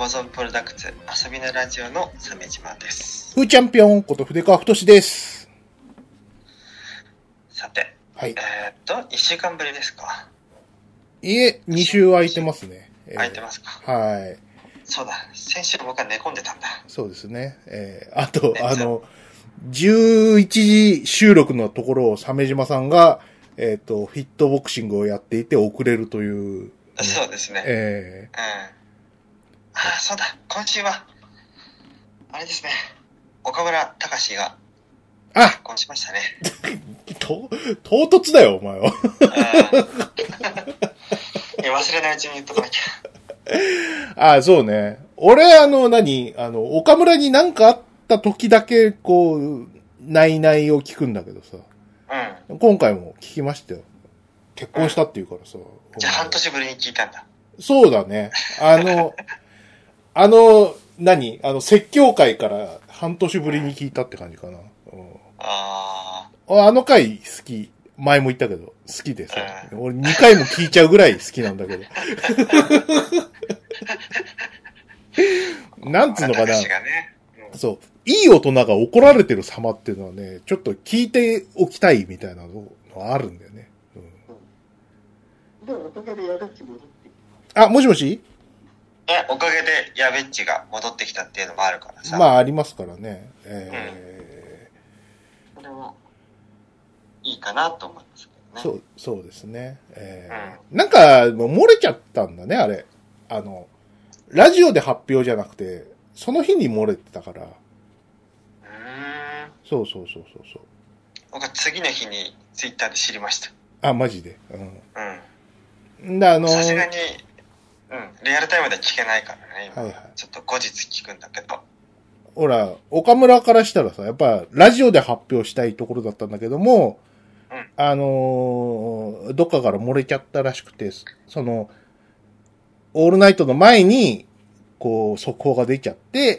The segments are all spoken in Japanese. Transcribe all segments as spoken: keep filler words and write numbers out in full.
モゾンプロダクツ遊びのラジオの鮫島です。 ふーチャンピオンこと筆川太です。 さて、 はい、 えー、っといっしゅうかんぶりですか。 いえ、に週空いてますね。 空いてますか、 えー、はい。 そうだ、先週僕は寝込んでたんだ。 そうですね。えー、あと、あの、じゅういちじ収録のところを鮫島さんが、えっ、ー、と、フィットボクシングをやっていて遅れるという。 そうですね。 えー、 うん。ああ、そうだ、今週は、あれですね、岡村隆史が、 あ結婚しましたね。 と、唐突だよ、お前は。 いや、忘れないうちに言っとかなきゃ。 ああ、そうね。俺、あの、何あの、岡村に何かあった時だけ、こう、ないないを聞くんだけどさ。うん。今回も聞きましたよ。結婚したっていうからさ。うん、 じゃあ半年ぶりに聞いたんだ。 そうだね。あの、あの、何あの、説教会から半年ぶりに聞いたって感じかな。うん、 ああ。あの回好き。前も言ったけど、好きでさ。うん、俺にかいも聞いちゃうぐらい好きなんだけど。なんつうのかな、ねうん。そう。いい大人が怒られてる様っていうのはね、ちょっと聞いておきたいみたいなのがあるんだよね。うん。でもおかげでやべっち戻ってきた。あ、もしもし？ え、おかげでやべっちが戻ってきたっていうのもあるからさ。 まあありますからね。えー、うん、それはいいかなと思いますけどね。 そう、そうですね。えーうん、なんか、漏れちゃったんだね、あれ。あの、ラジオで発表じゃなくて、その日に漏れてたから。うーん。そうそうそうそうそう。 僕は次の日にツイッターで知りました。 あ、マジで。うん。 うん。 で、あのー、 さすがに、うん、リアルタイムで聞けないからね、今。 はいはい。 ちょっと後日聞くんだけど。 ほら、岡村からしたらさ、やっぱ、ラジオで発表したいところだったんだけども、うん、あのー、どっかから漏れちゃったらしくて、その、オールナイトの前に、こう、速報が出ちゃって、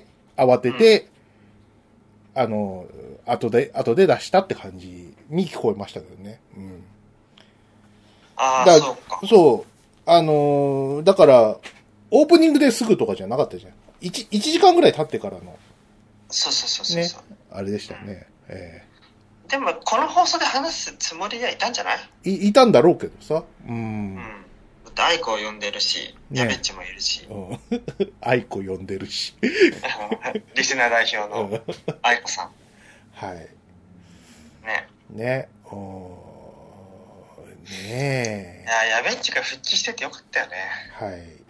慌てて、うん、あの、後で、後で出したって感じに聞こえましたけどね。うん。 ああ、そうか。 そう。あのー、だから、オープニングですぐとかじゃなかったじゃん。一、一時間ぐらい経ってからの。 そうそうそうそうそう、 ね。あれでしたね。うん、えー、でも、この放送で話すつもりではいたんじゃない？ い、いたんだろうけどさ。うん。 うん。アイコを呼んでるし、ね、やべっちもいるし。 うん。アイコ呼んでるし。 リスナー代表のアイコさん。 はい。 ね。 ね。おー。ねえ。 いや、やべっちが復帰しててよかったよね。 はい。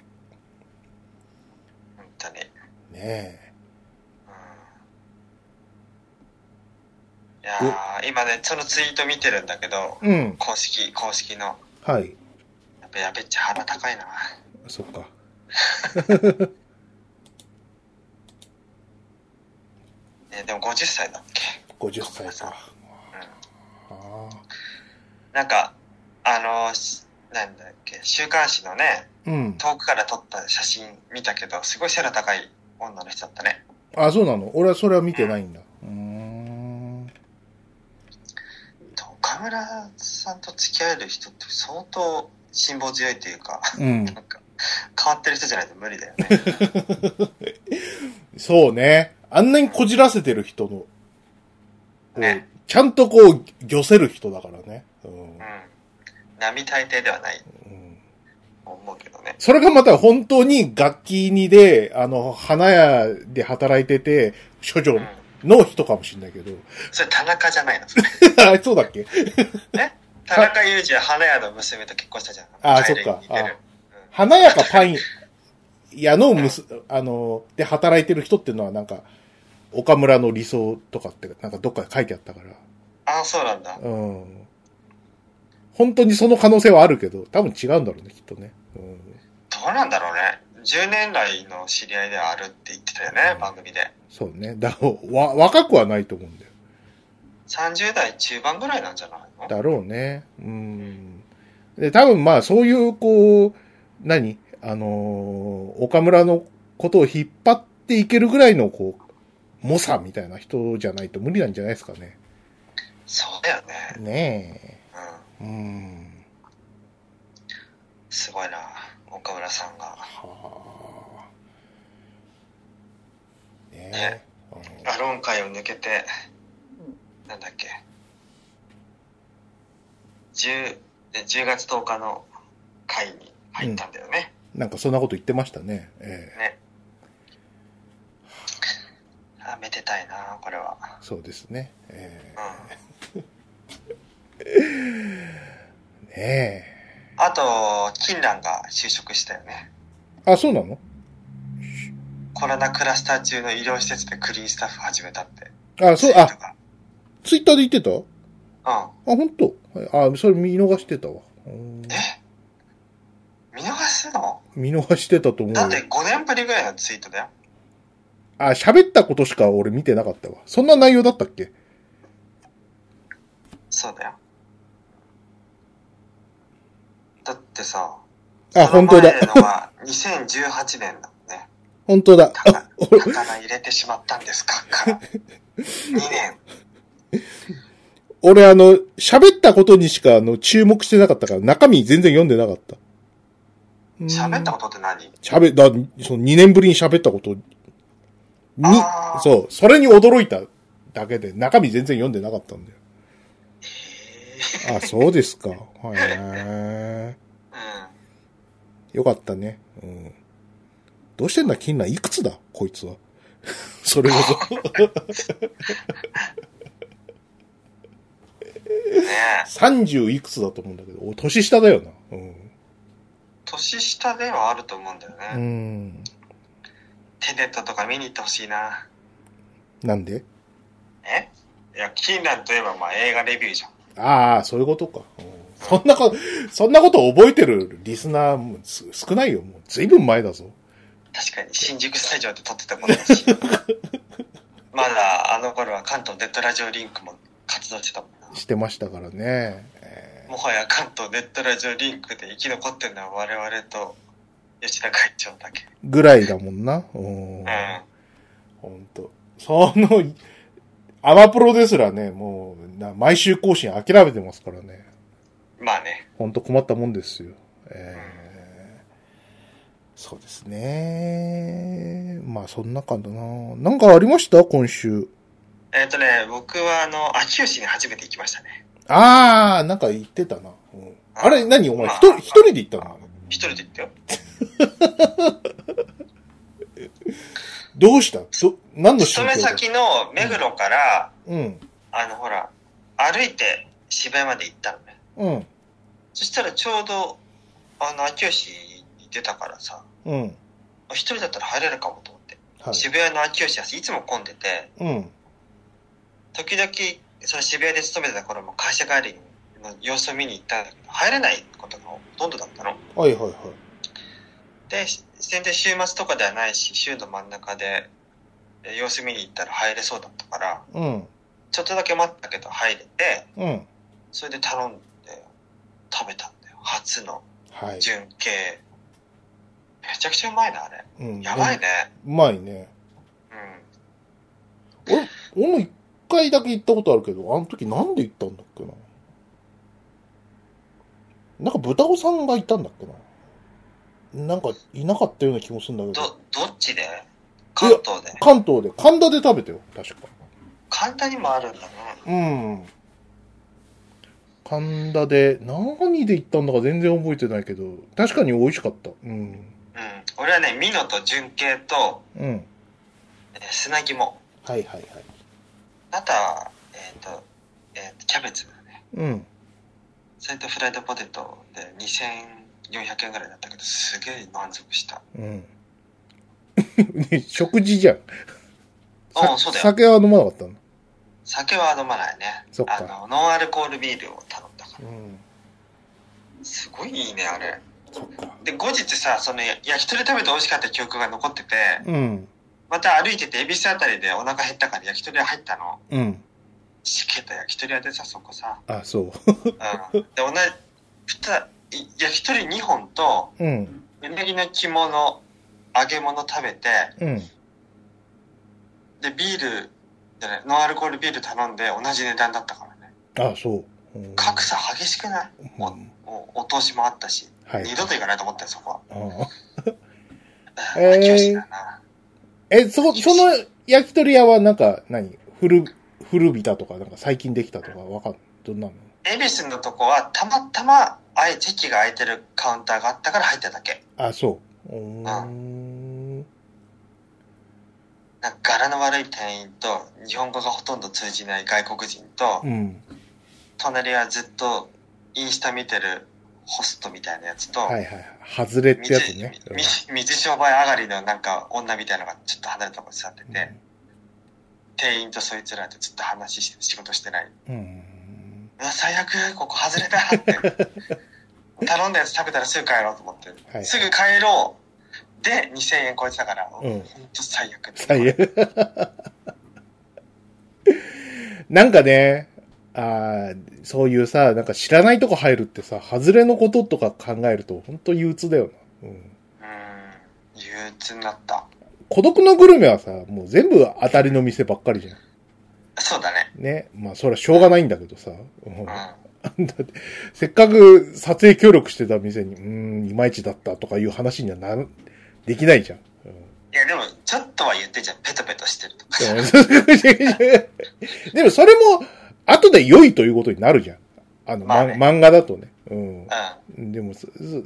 本当に。ねえ。 うん、いやー、今ね、そのツイート見てるんだけど、 うん。 公式、公式の。 はい。 やっぱやべっち鼻高いな。 そっか。 えでもごじゅっさいだっけ？ ごじゅっさいか。 うん。あなんか、あのー、なんだっけ、週刊誌のね、うん、遠くから撮った写真見たけど、すごい背の高い女の人だったね。 あ、そうなの？俺はそれは見てないんだ。うん。うーん。 岡村さんと付き合える人って相当辛抱強いというか、うん、なんか変わってる人じゃないと無理だよね。 そうね。あんなにこじらせてる人の、 ね、 ちゃんとこう、漁せる人だからね。うん。うん、 並大抵ではない。うん。思うけどね。 それがまた本当に楽器にで、あの、花屋で働いてて、処女の人かもしれないけど。うん、 それ田中じゃないの？それ。 あ、そうだっけ？ え田中裕二は花屋の娘と結婚したじゃん。 あ、そっか。あ、うん、花屋かパン屋のむす、うん、あの、で働いてる人っていうのはなんか、岡村の理想とかって、なんかどっかで書いてあったから。 ああ、そうなんだ。 うん。本当にその可能性はあるけど、多分違うんだろうね、きっとね。うん、 どうなんだろうね。じゅうねん来の知り合いではあるって言ってたよね、うん、番組で。 そうね。だろう、わ、若くはないと思うんだよ。 さんじゅう代中盤ぐらいなんじゃないの？ だろうね。うん。で、多分まあそういう、こう、何あのー、岡村のことを引っ張っていけるぐらいの、こう、猛者みたいな人じゃないと無理なんじゃないですかね。 そうだよね。 ねえ。うん。うん。 すごいな、岡村さんが。はね。 ね、アローン会を抜けて、なんだっけ、10, じゅうがつとおかの会に入ったんだよね。 うん、なんかそんなこと言ってましたね。えー、 ね。あ、めでたいな、これは。 そうですね。えー、うん、ねえ。 あと、金蘭が就職したよね。 あ、そうなの？ コロナクラスター中の医療施設でクリーンスタッフ始めたって。 あ、そう、あ、ツイッターで言ってた？うん。 あ、 本当？あ、それ見逃してたわ。 え？見逃すの？ 見逃してたと思う。 だってごねんぶりぐらいのツイートだよ。 あ、喋ったことしか俺見てなかったわ。そんな内容だったっけ？ そうだよ。だってさ、 あ、本当だ。 その前のはにせんじゅうはちねんだもんね。 本当だ。 宝入れてしまったんですかからにねん。 俺あの、喋ったことにしかあの注目してなかったから、中身全然読んでなかった。 喋ったことって何？ 喋、だ、そのにねんぶりに喋ったことに、そう、それに驚いただけで、中身全然読んでなかったんだよ。えー、あ、そうですか。へえ。うん。よかったね。うん。どうしてんだ、金蘭いくつだこいつは。それこそ。ねえ。さんじゅういくつだと思うんだけど、年下だよな。うん。 年下ではあると思うんだよね。 うん。 テネットとか見に行ってほしいな。 なんで？ え？いや、金蘭といえばまあ映画レビューじゃん。 ああ、そういうことか。うん、そんなこと、そんなこと覚えてるリスナーも少ないよ。もうずいぶん前だぞ。 確かに新宿スタジオで撮ってたことだし。まだあの頃は関東ネットラジオリンクも活動してたもんな。 してましたからね。 えー、もはや関東ネットラジオリンクで生き残ってるのは我々と吉田会長だけ。 ぐらいだもんな。うん。うん。ほんと。その、アマプロですらね、もうな、毎週更新諦めてますからね。 まあね。 ほんと困ったもんですよ。えー、そうですね。まあそんな感じだな。なんかありました今週。 えっとね、僕はあの、秋吉に初めて行きましたね。 あー、なんか言ってたな。うん、あれ、何お前、一、まあ、人、一人で行ったの？ 一人で行ったよ。 どうしたど、何の勤め先の目黒から、 うん。 あの、ほら、歩いて渋谷まで行ったのね。 うん。 そしたらちょうど、あの、秋吉に出たからさ、 うん。 一人だったら入れるかもと思って。はい、渋谷の秋吉はいつも混んでて、 うん。時 々、その渋谷で勤めてた頃も会社帰りの様子を見に行ったんだけど、入れないことがほとんどだったの。 はいはいはい。 で、全然週末とかではないし、週の真ん中で様子見に行ったら入れそうだったから、 うん、 ちょっとだけ待ったけど入れて、 うん、 それで頼んで食べたんだよ。初の純系、はい、めちゃくちゃうまいなあれ、うん、やばいね。 うまいね。うん。俺、俺も一回だけ行ったことあるけど、あの時なんで行ったんだっけな。なんか豚尾さんがいたんだっけな。なんかいなかったような気もするんだけど。 ど、どっちで？関東で？ 関東で。神田で食べてよ、確か。 神田にもあるんだね。 うん。神田で、何で行ったんだか全然覚えてないけど、確かに美味しかった。うん。うん。 俺はね、ミノと純系と、 うん。えー、砂肝。 はいはいはい。 あとは、えっ、ー、と、えー、キャベツだね。 うん。 それとフライドポテトでにせんよんひゃくえんぐらいだったけど、すげえ満足した。 うん。食事じゃん。 うん、そうだよ。 酒は飲まなかったの？ 酒は飲まないね。 そっか。 あの、ノンアルコールビールを頼んだから。 うん。 すごいいいね、あれ。 そっか。 で、後日さ、その、焼き鳥食べて美味しかった記憶が残ってて、 うん。 また歩いてて、恵比寿あたりでお腹減ったから焼き鳥屋入ったの。 うん。 しけた焼き鳥屋でさ、そこさ。 あ、そう。うん。 で、同じ、ふた、焼き鳥にほんと、 うん。 うなぎの肝の揚げ物食べて、 うん。 で、ビール、でね、ノンアルコールビール頼んで同じ値段だったからね。 あ、そう。 格差激しくない？もう、うん、もうお通しもあったし、はい、二度と行かないと思ったよ、そこは。 あえー、え、そ、その焼き鳥屋はなんか何、古、古びたとか、なんか最近できたとかわかん、どんなの？ 恵比寿のとこはたまたま、あい、席が空いてるカウンターがあったから入っただけ。 あ、そう。うーん。 なんか柄の悪い店員と、日本語がほとんど通じない外国人と、うん、隣はずっとインスタ見てるホストみたいなやつと、はいはいはい。 外れってやつね。 水、水商売上がりのなんか女みたいなのがちょっと離れたところに座ってて、うん、店員とそいつらでずっと話して仕事してない。うん。うわ、最悪、ここ外れだって。頼んだやつ食べたらすぐ帰ろうと思って。はい、すぐ帰ろう。で、にせんえん超えてたから、うん、ほんと最悪。 最悪。なんかね、あそういうさ、なんか知らないとこ入るってさ、外れのこととか考えると、ほんと憂鬱だよな。うん。うん、 憂鬱になった。 孤独のグルメはさ、もう全部当たりの店ばっかりじゃん。 そうだね。 ね。まあ、それはしょうがないんだけどさ。うん。だって、せっかく撮影協力してた店に、うーん、いまいちだったとかいう話にはな、できないじゃん。うん、いや、でも、ちょっとは言ってんじゃん。ペトペトしてるとか。 でも、それも、後で良いということになるじゃん。あの、まあね、漫画だとね。うん。うん、でも、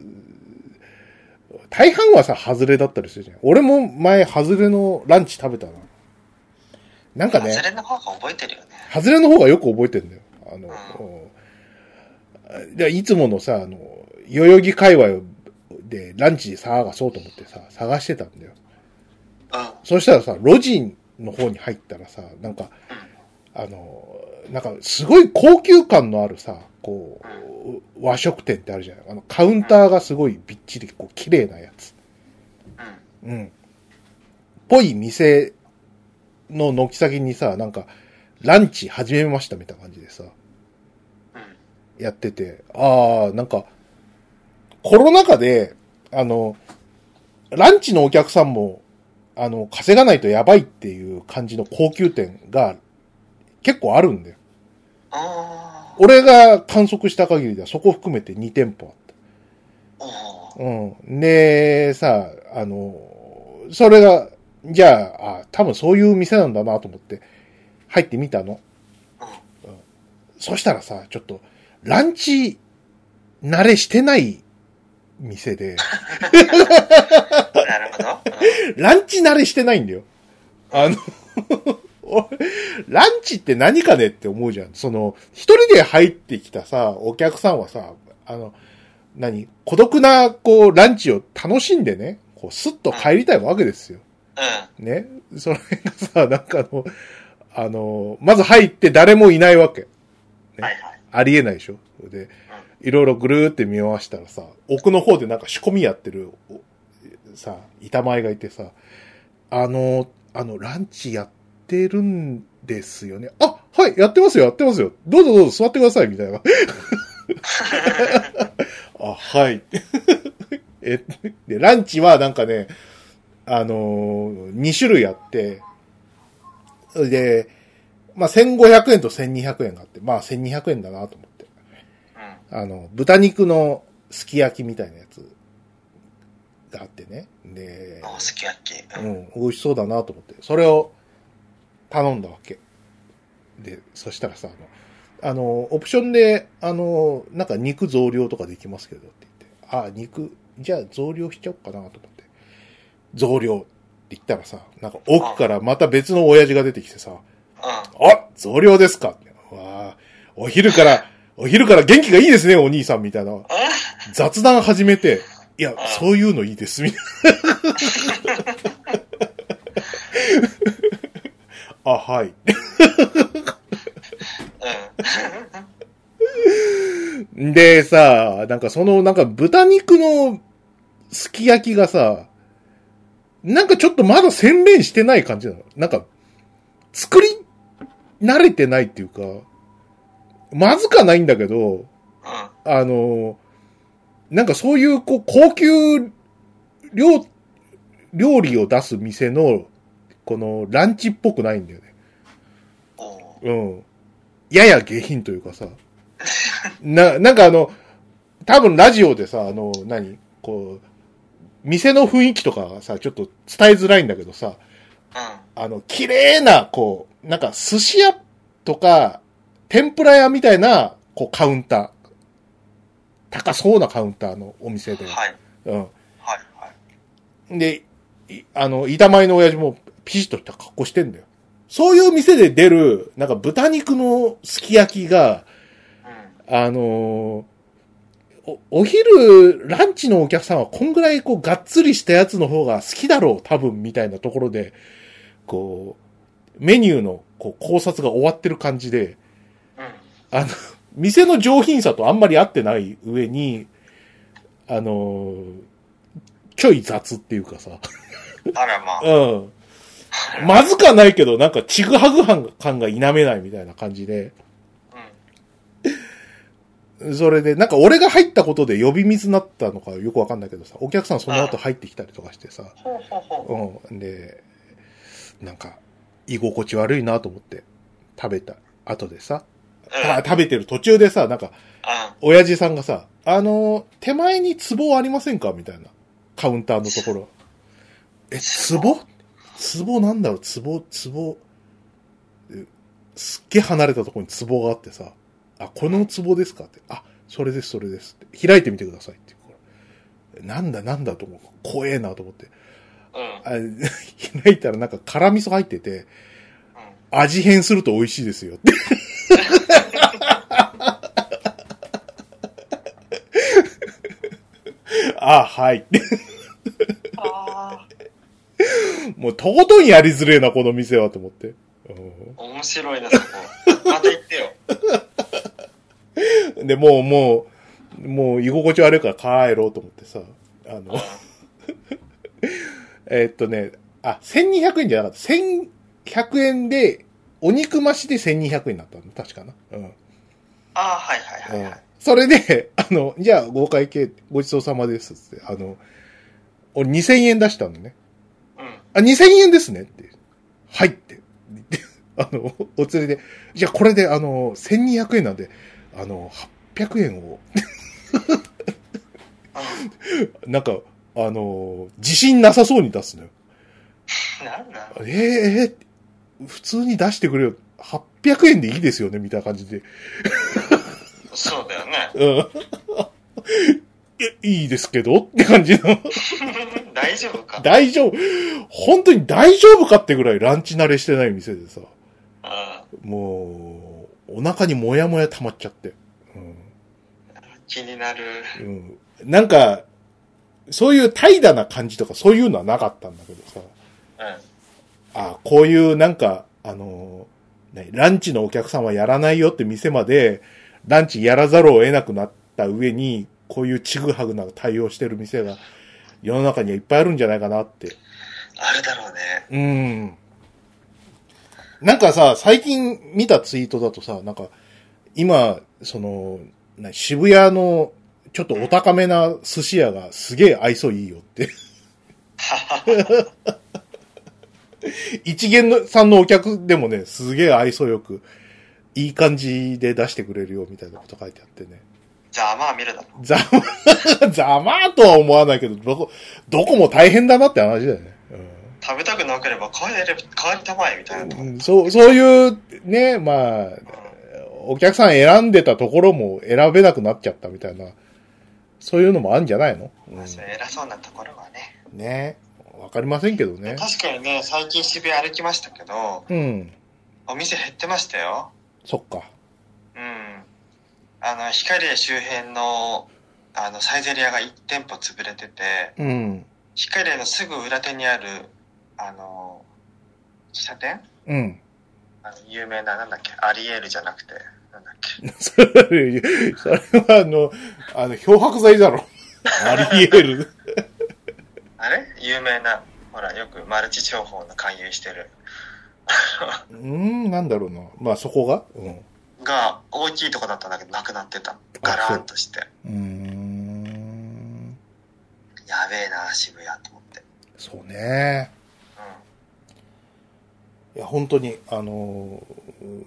大半はさ、外れだったりするじゃん。俺も前、外れのランチ食べたな。なんかね。 外れの方が覚えてるよね。 外れの方がよく覚えてるんだよ。あの、うん、でいつものさ、あの、代々木界隈でランチ探そうと思ってさ、探してたんだよ。うん。そしたらさ、路地の方に入ったらさ、なんか、うん、あの、なんか、すごい高級感のあるさ、こう、和食店ってあるじゃない。あの、カウンターがすごいびっちり、こう、綺麗なやつ。うん。うん。ぽい店の軒先にさ、なんか、ランチ始めましたみたいな感じでさ、うん、やってて、ああ、なんか、コロナ禍で、あの、ランチのお客さんも、あの、稼がないとやばいっていう感じの高級店が結構あるんだよ。あ俺が観測した限りではそこ含めてに店舗あった。うん。で、さ、あの、それが、じゃあ、あ、多分そういう店なんだなと思って入ってみたの。うん。うん、そしたらさ、ちょっと、ランチ慣れしてない店で。 なるほど。 うん、ランチ慣れしてないんだよ。あの、ランチって何かねって思うじゃん。その、一人で入ってきたさ、お客さんはさ、あの、何孤独な、こう、ランチを楽しんでね、こう、スッと帰りたいわけですよ。うん。ね。それがさ、なんかあの、あの、まず入って誰もいないわけ。ね、はいはい。ありえないでしょ。で、うん、いろいろぐるーって見回したらさ、奥の方でなんか仕込みやってる、さ、板前がいてさ、あの、あの、ランチやって、やってるんですよね。あ、はい、やってますよ、やってますよ。どうぞどうぞ座ってください、みたいな。あ、はい。え、で、ランチはなんかね、あのー、に種類あって、で、まあ、せんごひゃくえんとせんにひゃくえんがあって、まあ、せんにひゃくえんだなと思って。うん、あの、豚肉のすき焼きみたいなやつがあってね。で、 あ、すき焼き。 うん、美味しそうだなと思って。それを、頼んだわけ。で、そしたらさ、あの、あの、オプションで、あの、なんか肉増量とかできますけどって言って、あ、肉、じゃあ増量しちゃおうかなと思って。増量って言ったらさ、なんか奥からまた別の親父が出てきてさ、あ、増量ですかって。わあ、お昼から、お昼から元気がいいですね、お兄さんみたいな。雑談始めて、いや、そういうのいいです、みたいな。あ、はい。うん、で、さ、なんかその、なんか豚肉のすき焼きがさ、なんかちょっとまだ洗練してない感じなの。なんか、作り慣れてないっていうか、まずかないんだけど、あの、なんかそういうこう高級料、料理を出す店の、このランチっぽくないんだよね。うん。やや下品というかさ。な、なんかあの、多分ラジオでさ、あの、何こう、店の雰囲気とかがさ、ちょっと伝えづらいんだけどさ、 あの、綺麗な、こう、なんか寿司屋とか、天ぷら屋みたいな、こう、カウンター。高そうなカウンターのお店で。 はい。 うん。 はい、はい。 で、あの、板前の親父もピシッとした格好してんだよ。そういう店で出る、なんか豚肉のすき焼きが、うん、あのー、お、お昼、ランチのお客さんはこんぐらいこう、がっつりしたやつの方が好きだろう、多分、みたいなところで、こう、メニューのこう考察が終わってる感じで、うん、あの、店の上品さとあんまり合ってない上に、あのー、ちょい雑っていうかさ。 あらまあ。 うん。まずかないけど、なんかちぐはぐ感が否めないみたいな感じで。うん。それで、なんか俺が入ったことで呼び水になったのかよくわかんないけどさ、お客さんその後入ってきたりとかしてさ。うん。で、なんか、居心地悪いなと思って、食べた後でさ、うん、食べてる途中でさ、なんか、親父さんがさ、あの、手前に壺ありませんかみたいな。カウンターのところ。え、壺壺なんだろう壺、壺。すっげえ離れたところに壺があってさ、あ、この壺ですかって。あ、それです、それですって。開いてみてくださいって。なんだなんだと思う。怖えなと思って。うん、あ開いたらなんか辛味噌入ってて、うん、味変すると美味しいですよって。あ、はい。あもうとことんやりづれえな、この店はと思って。 面白いな、そこ。また行ってよ。で、もう、もう、もう居心地悪いから帰ろうと思ってさ、あの、えっとね、あ、せんにひゃくえんじゃなかった。せんひゃくえんで、お肉増しでせんにひゃくえんになったの、確かな。うん。 ああ、はいはいはい、はい、うん。 それで、あの、じゃあ、合会計、ごちそうさまですって、あの、俺にせんえん出したのね。うん。あ、にせんえんですねって。はいって。あの、お釣りで、じゃあこれで、あの、せんにひゃくえんなんで、あの、はっぴゃくえんを、なんか、あの、自信なさそうに出すのよ。 なんだえー、えー、普通に出してくれよ。はっぴゃくえんでいいですよねみたいな感じで。 そうだよね。 うん。いいですけどって感じの。 大丈夫か大丈夫。本当に大丈夫かってぐらいランチ慣れしてない店でさ。ああもう、お腹にもやもや溜まっちゃって。うん、 気になる。 うん。なんか、そういう怠惰な感じとかそういうのはなかったんだけどさ。うん。あ、こういうなんか、あのー、ね、ランチのお客さんはやらないよって店まで、ランチやらざるを得なくなった上に、こういうちぐはぐな対応してる店が世の中にはいっぱいあるんじゃないかなって。 あるだろうね。 うん。なんかさ、最近見たツイートだとさ、なんか、今、その、渋谷のちょっとお高めな寿司屋がすげえ愛想いいよって。一元さんのお客でもね、すげえ愛想よく、いい感じで出してくれるよみたいなこと書いてあってね。 ざまあ見るだろ。 ざま、ざまあとは思わないけど、どこ、どこも大変だなって話だよね。うん、 食べたくなければ帰れ、帰りたまえみたいな、 うん。そう、そういうね、まあ、うん、お客さん選んでたところも選べなくなっちゃったみたいな、そういうのもあるんじゃないの？ うん、そう偉そうなところはね。 ね。わかりませんけどね。 確かにね、最近渋谷歩きましたけど、うん。お店減ってましたよ。 そっか。 うん。あの、光栄周辺の、あの、サイゼリアがいち店舗潰れてて、うん。光栄のすぐ裏手にある、あの、喫茶店？うん。あの、有名な、なんだっけ、アリエールじゃなくて、なんだっけ。 それ、それはあの、あの、漂白剤だろ。アリエール。 あれ有名な、ほら、よくマルチ商法の勧誘してる。 うーん、なんだろうな。まあ、そこが、うん、 が、大きいとこだったんだけど、なくなってた。ガラーンとして。うーん。やべえな、渋谷と思って。 そうね。うん。いや、本当に、あのー、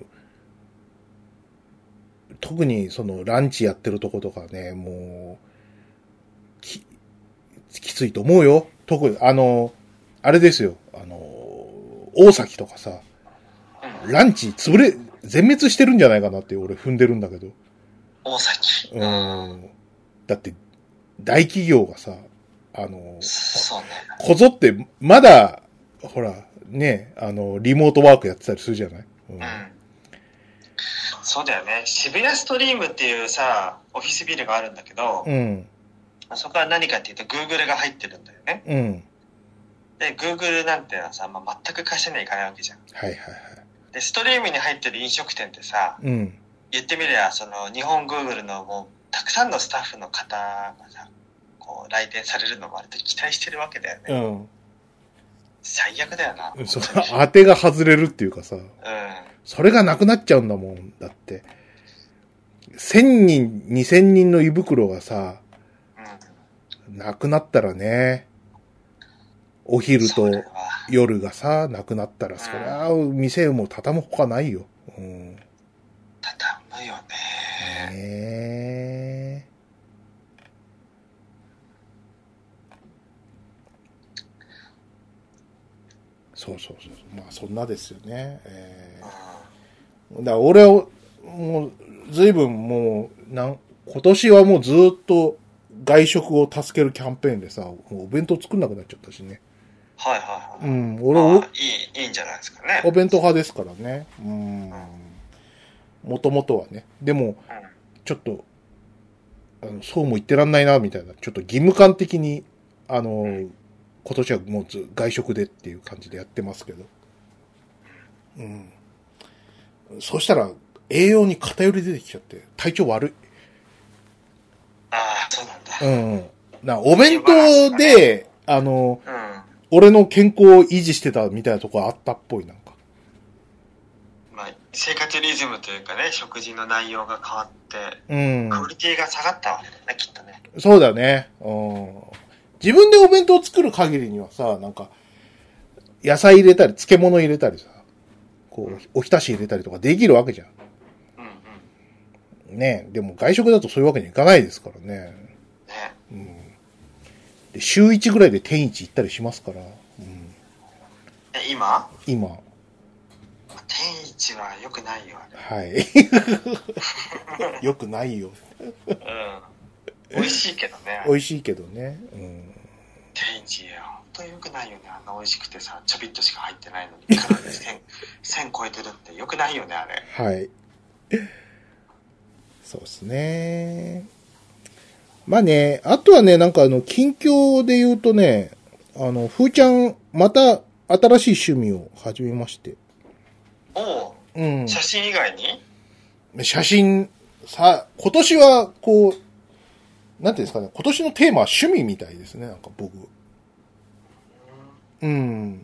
特にそのランチやってるとことかね、もう、き、きついと思うよ。特に、あの、あれですよ。あの、 大崎とかさ、ランチ潰れ、全滅してるんじゃないかなって俺踏んでるんだけど。 大崎。 うん。だって、大企業がさ、あの、 そうね。 こぞって、まだ、ほら、ね、あの、リモートワークやってたりするじゃない、うん、うん。 そうだよね。渋谷ストリームっていうさ、オフィスビルがあるんだけど、うん。そこは何かっていうと、Google が入ってるんだよね。うん。で、Google なんてのはさ、まあ、全く会社には行かないわけじゃん。はいはいはい。で、ストリームに入ってる飲食店ってさ、うん。言ってみれば、その、日本 Google のもう、たくさんのスタッフの方がさ、こう、来店されるのも割と期待してるわけだよね。うん。最悪だよな。 そう、当てが外れるっていうかさ。うん。それがなくなっちゃうんだもん。だって。千人、二千人の胃袋がさ、うん、なくなったらね、お昼と夜がさ、なくなったら、そりゃ、店も畳むほかないよ。うん。 畳むよね。ねえ。 そうそうそう。まあ、そんなですよね。えー、だから俺は、もう、随分もう、なん、今年はもうずっと外食を助けるキャンペーンでさ、もうお弁当作んなくなっちゃったしね。 はいはいはい。 うん、俺お、 いい、いいんじゃないですかね。 お弁当派ですからね。うん。もともとはね。でも、うん、ちょっと、あのそうも言ってらんないな、みたいな。ちょっと義務感的に、あの、うん、今年はもう外食でっていう感じでやってますけど。うん。そしたら、栄養に偏り出てきちゃって、体調悪い。 ああ、そうなんだ。 うん。な、お弁当で、ね、あの、うん、俺の健康を維持してたみたいなところあったっぽい、なんか。 まあ、生活リズムというかね、食事の内容が変わって、うん。クオリティが下がったわけだね、きっとね。 そうだね。うん。自分でお弁当を作る限りにはさ、なんか、野菜入れたり、漬物入れたりさ、こう、おひたし入れたりとかできるわけじゃん。うんうん。ねえ、でも外食だとそういうわけにいかないですからね。ね。うん。で、週一ぐらいで天一行ったりしますから。うん。 え、今？ 今。 天一は良くないよ、 あれ。はい。良くないよ。うん。 美味しいけどね。 美味しいけどね。うん。 天一は本当に良くないよね。あんな美味しくてさ、ちょびっとしか入ってないのに、かなり千、千超えてるって良くないよね、あれ。 はい。そうですね。まあね、あとはね、なんかあの、近況で言うとね、あの、ふーちゃん、また新しい趣味を始めまして。 おう。うん。写真以外に？ 写真、さ、今年は、こう、なんていうんですかね、今年のテーマは趣味みたいですね、なんか僕。うん。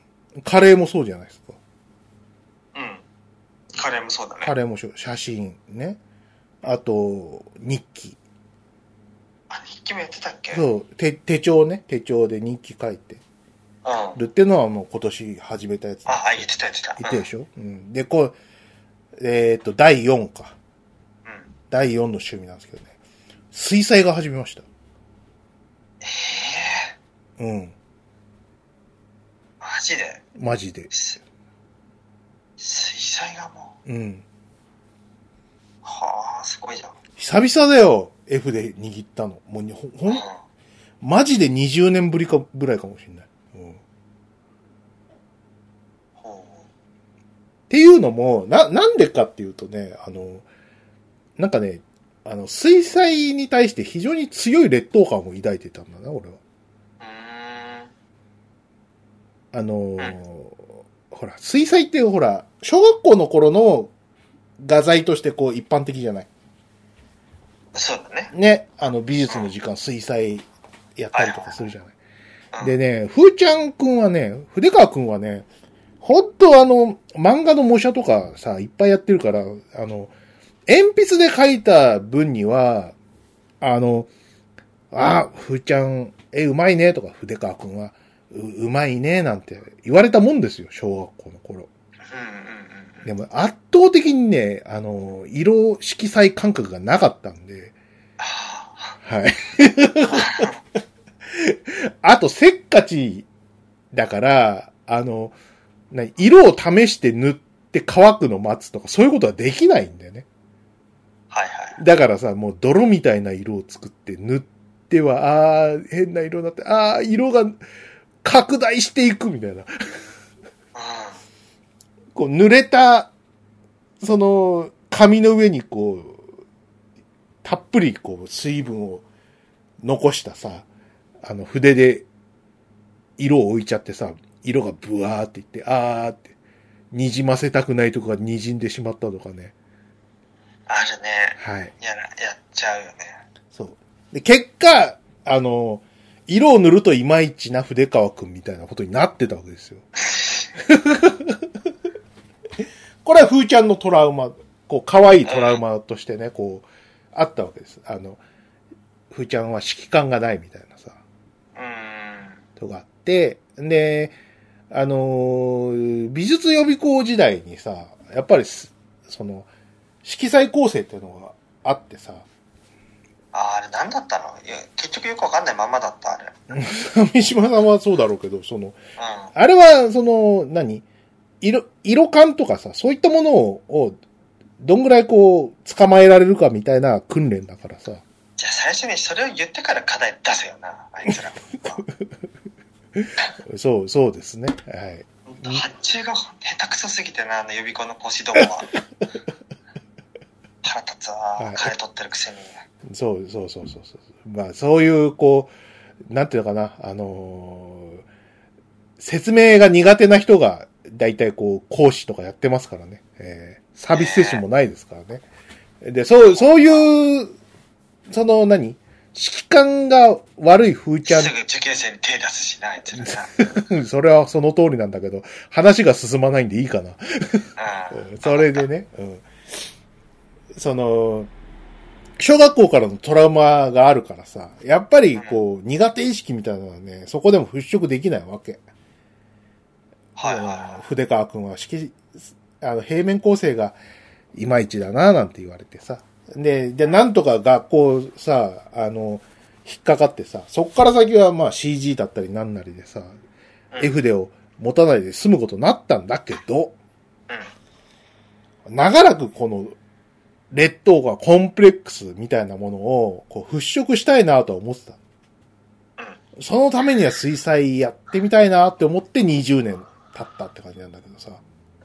カレーもそうじゃないですか。 うん。カレーもそうだね。 カレーもそう。写真ね。あと、日記。 あ、日記もやってたっけ？ そう。手、手帳ね。手帳で日記書いて。うん。るっていうのはもう今年始めたやつ。 ああ、言ってた言ってた。 言ってたでしょ、うん、うん。で、こう、えっ、ー、と、だいよんか。うん。だいよんの趣味なんですけどね。水彩画始めました。 ええー。うん。 マジで？ マジで。 水彩画も？ うん。 はあ、すごいじゃん。 久々だよ。F で握ったの。もうほ、ほん、うん、マジでにじゅうねんぶりか、ぐらいかもしれない。うん。ほう。っていうのも、な、なんでかっていうとね、あの、なんかね、あの、水彩に対して非常に強い劣等感を抱いてたんだな、俺は。うーん。あのー、うん、ほら、水彩ってほら、小学校の頃の画材としてこう一般的じゃない？ そうだね。 ね、あの美術の時間、うん、水彩やったりとかするじゃない。はいはい、でね、ふーちゃんくんはね、筆川くんはね、ほんとあの、漫画の模写とかさ、いっぱいやってるから、あの、鉛筆で描いた分には、あの、あ、ふーちゃん、え、うまいねとか、筆川くんは、う、うまいねなんて言われたもんですよ、小学校の頃。うんうんうん、でも圧倒的にね、あの、色色彩感覚がなかったんで、はい。あと、せっかちだから、あの、 な色を試して塗って乾くの待つとか、そういうことはできないんだよね。 はいはい。 だからさ、もう泥みたいな色を作って塗っては、あー、変な色になって、あー、色が拡大していくみたいな。こう、濡れた、その、紙の上にこう、たっぷりこう、水分を残したさ、あの、筆で色を置いちゃってさ、色がブワーっていって、あーって、滲ませたくないとこが滲んでしまったとかね。 あるね。 はい。 やら、やっちゃうよね。 そう。で、結果、あの、色を塗るといまいちな筆川くんみたいなことになってたわけですよ。これは風ちゃんのトラウマ、こう、可愛いトラウマとしてね、こう、あったわけです。あの、風ちゃんは指揮官がないみたいなさ。 うーん。 とがあって、で、あのー、美術予備校時代にさ、やっぱり、その、色彩構成っていうのがあってさ。 あ、あれ何だったの？いや、結局よくわかんないままだった、あれ。 三島さんはそうだろうけど、その、 うん、 あれは、その、何色、色感とかさ、そういったものを、をどんぐらいこう、捕まえられるかみたいな訓練だからさ。 じゃあ最初にそれを言ってから課題出せよな、あいつら。 そう、そうですね。はい。 発注が下手くそすぎてな、あの予備校の講師どもは。腹立つわ、はい、金取ってるくせに。 そう、そうそうそうそう。まあ、そういう、こう、なんていうのかな、あのー、説明が苦手な人が、だいたいこう、講師とかやってますからね。えー、サービスセッションもないですからね。えー、で、そう、そういう、その何、指揮官が悪い風ちゃん。 すぐ受験生に手出すしないってな。それはその通りなんだけど、話が進まないんでいいかな。それでね、うん、その、小学校からのトラウマがあるからさ、やっぱりこう、苦手意識みたいなのはね、そこでも払拭できないわけ。 はいはい。 筆川くんは式、あの、平面構成がいまいちだな、なんて言われてさ。で、で、なんとか学校さ、あの、引っかかってさ、そっから先はまあ シージー だったりなんなりでさ、うん、絵筆を持たないで済むことになったんだけど、うん、長らくこの、劣等がコンプレックスみたいなものをこう払拭したいなとは思ってた。うん、そのためには水彩やってみたいなって思ってにじゅうねん経ったって感じなんだけどさ。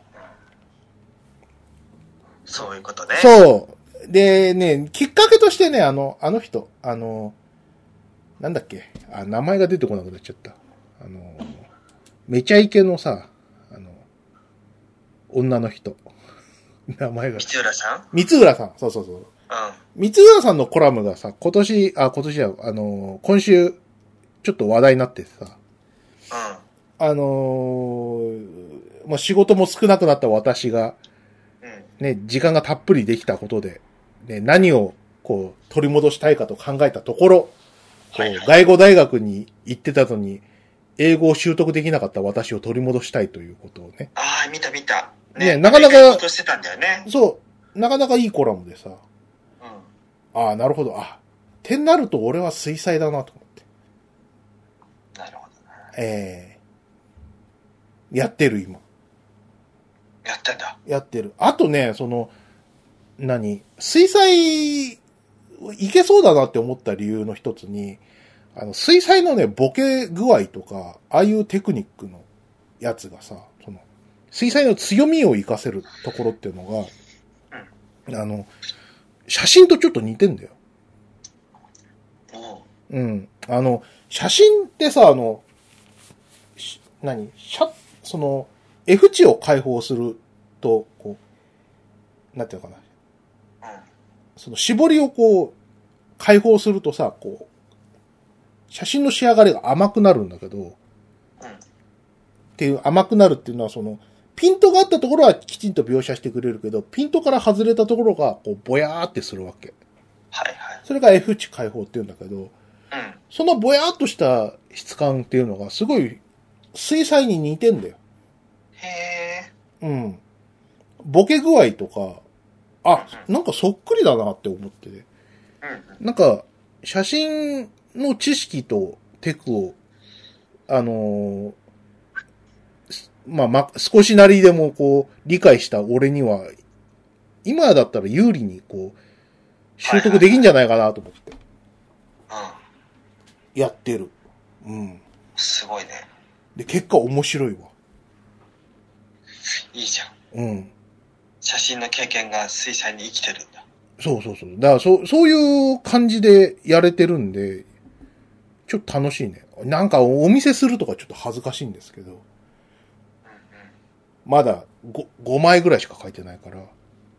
そういうことね。 そう。でね、きっかけとしてね、あの、あの人、あの、なんだっけ、あ、名前が出てこなくなっちゃった。あの、めちゃイケのさ、あの、女の人。名前が。 三浦さん三浦さん。そうそうそう。うん。三浦さんのコラムがさ、今年、あ、今年や、あの、今週、ちょっと話題になってさ、うん。あのー、まあ、仕事も少なくなった私が、うん、ね、時間がたっぷりできたことで、ね、何を、こう、取り戻したいかと考えたところ、はいはい、外語大学に行ってたのに、英語を習得できなかった私を取り戻したいということをね。 ああ、見た見た。 ね、ね、なかなか、 してたんだよね、 そう、なかなかいいコラムでさ、うん、ああ、なるほど、あ、ってなると俺は水彩だなと思って。 なるほどな。 ええー、やってる今。 やってんだ。 やってる。あとね、その、何水彩、いけそうだなって思った理由の一つに、あの、水彩のね、ボケ具合とか、ああいうテクニックのやつがさ、その、水彩の強みを活かせるところっていうのが、うん、あの、写真とちょっと似てんだよ。うん。あの、写真ってさ、あの、何シャその、F 値を解放すると、こう、なんていうのかな。うん、その絞りをこう、解放するとさ、こう、写真の仕上がりが甘くなるんだけど、うん、っていう甘くなるっていうのはその、ピントがあったところはきちんと描写してくれるけど、ピントから外れたところが、こう、ぼやーってするわけ。 はいはい。 それが F 値解放っていうんだけど、うん、そのぼやーっとした質感っていうのが、すごい、水彩に似てんだよ。 へー。うん。ボケ具合とか、あ、うん、なんかそっくりだなって思ってね。うん、なんか、写真の知識とテクを、あのー、 まあ、ま、少しなりでもこう、理解した俺には、今だったら有利にこう、習得できんじゃないかなと思って。 はいはいはい、 うん。やってる。うん。 すごいね。 で、結果面白いわ。 いいじゃん。うん。 写真の経験が水彩に生きてるんだ。 そうそうそう。だから、そう、そういう感じでやれてるんで、ちょっと楽しいね。なんかお見せするとかちょっと恥ずかしいんですけど。うんうん、まだ 5, ごまいぐらいしか書いてないから。う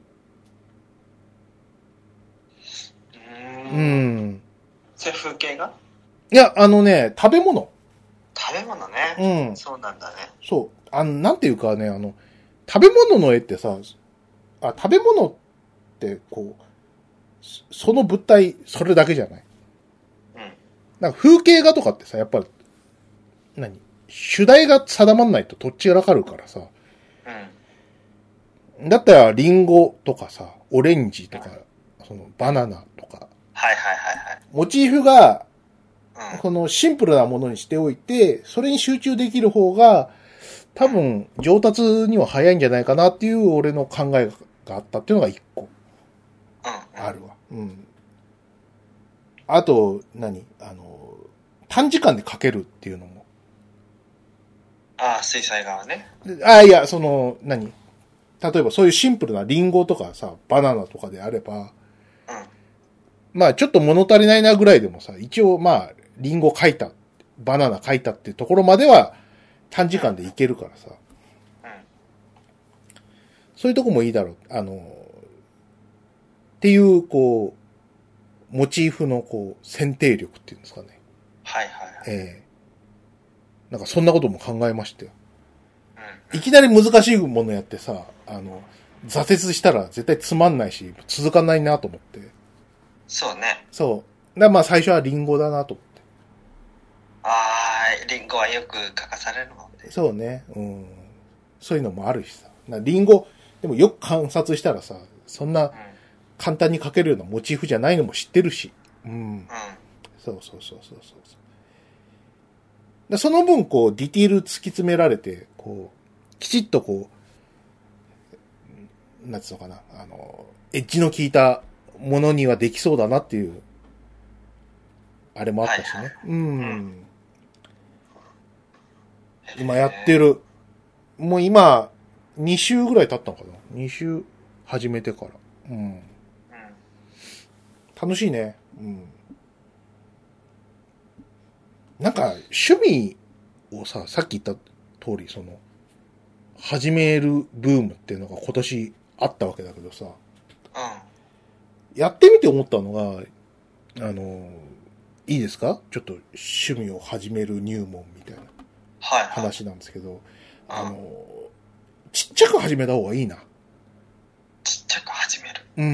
ーん。うん。それ風景が？ いや、あのね、食べ物。 食べ物ね。うん。そうなんだね。 そう。あの、なんていうかね、あの、食べ物の絵ってさ、あ、食べ物って、こう、その物体、それだけじゃない。うん。なんか風景画とかってさ、やっぱ、何？主題が定まんないとどっちがらかるからさ。うん。だったら、リンゴとかさ、オレンジとか、うん、その、バナナとか。 はいはいはいはい。 モチーフが、うん、このシンプルなものにしておいて、それに集中できる方が、多分、上達には早いんじゃないかなっていう俺の考えがあったっていうのが一個。あるわ。うん。あと、何あの、短時間で描けるっていうのも。 ああ、水彩画はね。 ああ、いや、その、何例えばそういうシンプルなリンゴとかさ、バナナとかであれば、うん。まあちょっと物足りないなぐらいでもさ、一応まあ、リンゴ描いた、バナナ描いたっていうところまでは短時間でいけるからさ。うん。そういうとこもいいだろう。あの、っていう、こう、モチーフのこう、選定力っていうんですかね。はいはいはい。ええー、なんかそんなことも考えましたよ。うん。いきなり難しいものやってさ、あの、挫折したら絶対つまんないし、続かないなと思って。そうね。そう。だまあ最初はリンゴだなと思って。ああ、リンゴはよく書かされるもんね。そうね。うん。そういうのもあるしさ。リンゴ、でもよく観察したらさ、そんな簡単に書けるようなモチーフじゃないのも知ってるし。うん。うん。そうそうそうそうそう。だその分、こう、ディティール突き詰められて、こう、きちっとこう、なんつうのかな、あの、エッジの効いたものにはできそうだなっていう、あれもあったしね。はいはい、うん。うん今やってる。もう今、に週ぐらい経ったのかな ?に 週始めてから。うん。うん、楽しいね。うん。なんか、趣味をさ、さっき言った通り、その、始めるブームっていうのが今年あったわけだけどさ。うん。やってみて思ったのが、あの、いいですか？ちょっと趣味を始める入門みたいな。話なんですけど、はいはい、あの、ちっちゃく始めた方がいいな。ちっちゃく始める。うん。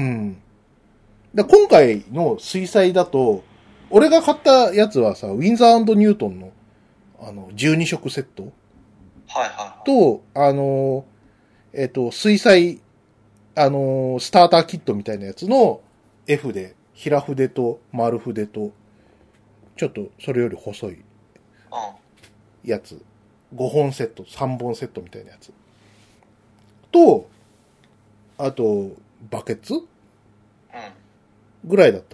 だ今回の水彩だと、俺が買ったやつはさ、ウィンザー&ニュートンの、あの、じゅうに色セット。はいはい、はい。と、あの、えっと、水彩、あの、スターターキットみたいなやつの F で、平筆と丸筆と、ちょっとそれより細いやつ。ごほんセット、さんぼんセットみたいなやつ。と、あと、バケツ、うん、ぐらいだった。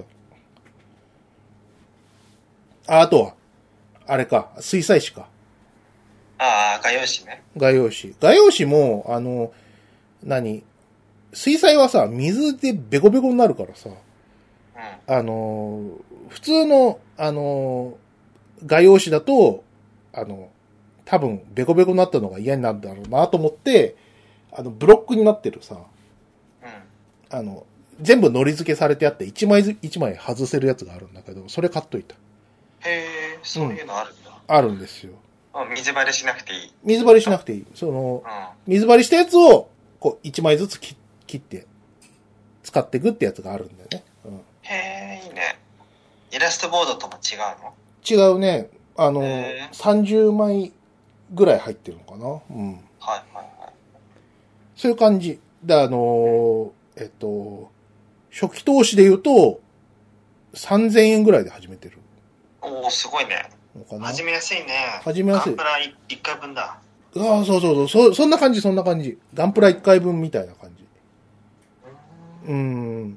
あ、あとは、あれか、水彩紙か。ああ、画用紙ね。画用紙。画用紙も、あの、何水彩はさ、水でベコベコになるからさ、うん、あの、普通の、あの、画用紙だと、あの、多分、ベコベコになったのが嫌になるんだろうなと思って、あの、ブロックになってるさ、うん、あの、全部糊付けされてあって、一枚一枚外せるやつがあるんだけど、それ買っといた。へえ、そういうのあるんだ。うん、あるんですよ。水張りしなくていい。水張りしなくていい。その、うん、水張りしたやつを、こう、一枚ずつ切切って、使っていくってやつがあるんだよね。うん、へえ、いいね。イラストボードとも違うの？違うね。あの、さんじゅうまいぐらい入ってるのかな。うん。はいはいはい。そういう感じ。で、あの、えっと、初期投資で言うと、さんぜんえんぐらいで始めてる。おー、すごいね。始めやすいね。始めやすい。ガンプラいっかいぶんだ。 ああ、そうそうそう、そ、そんな感じ、そんな感じ。ガンプラいっかいぶんみたいな感じ。うん。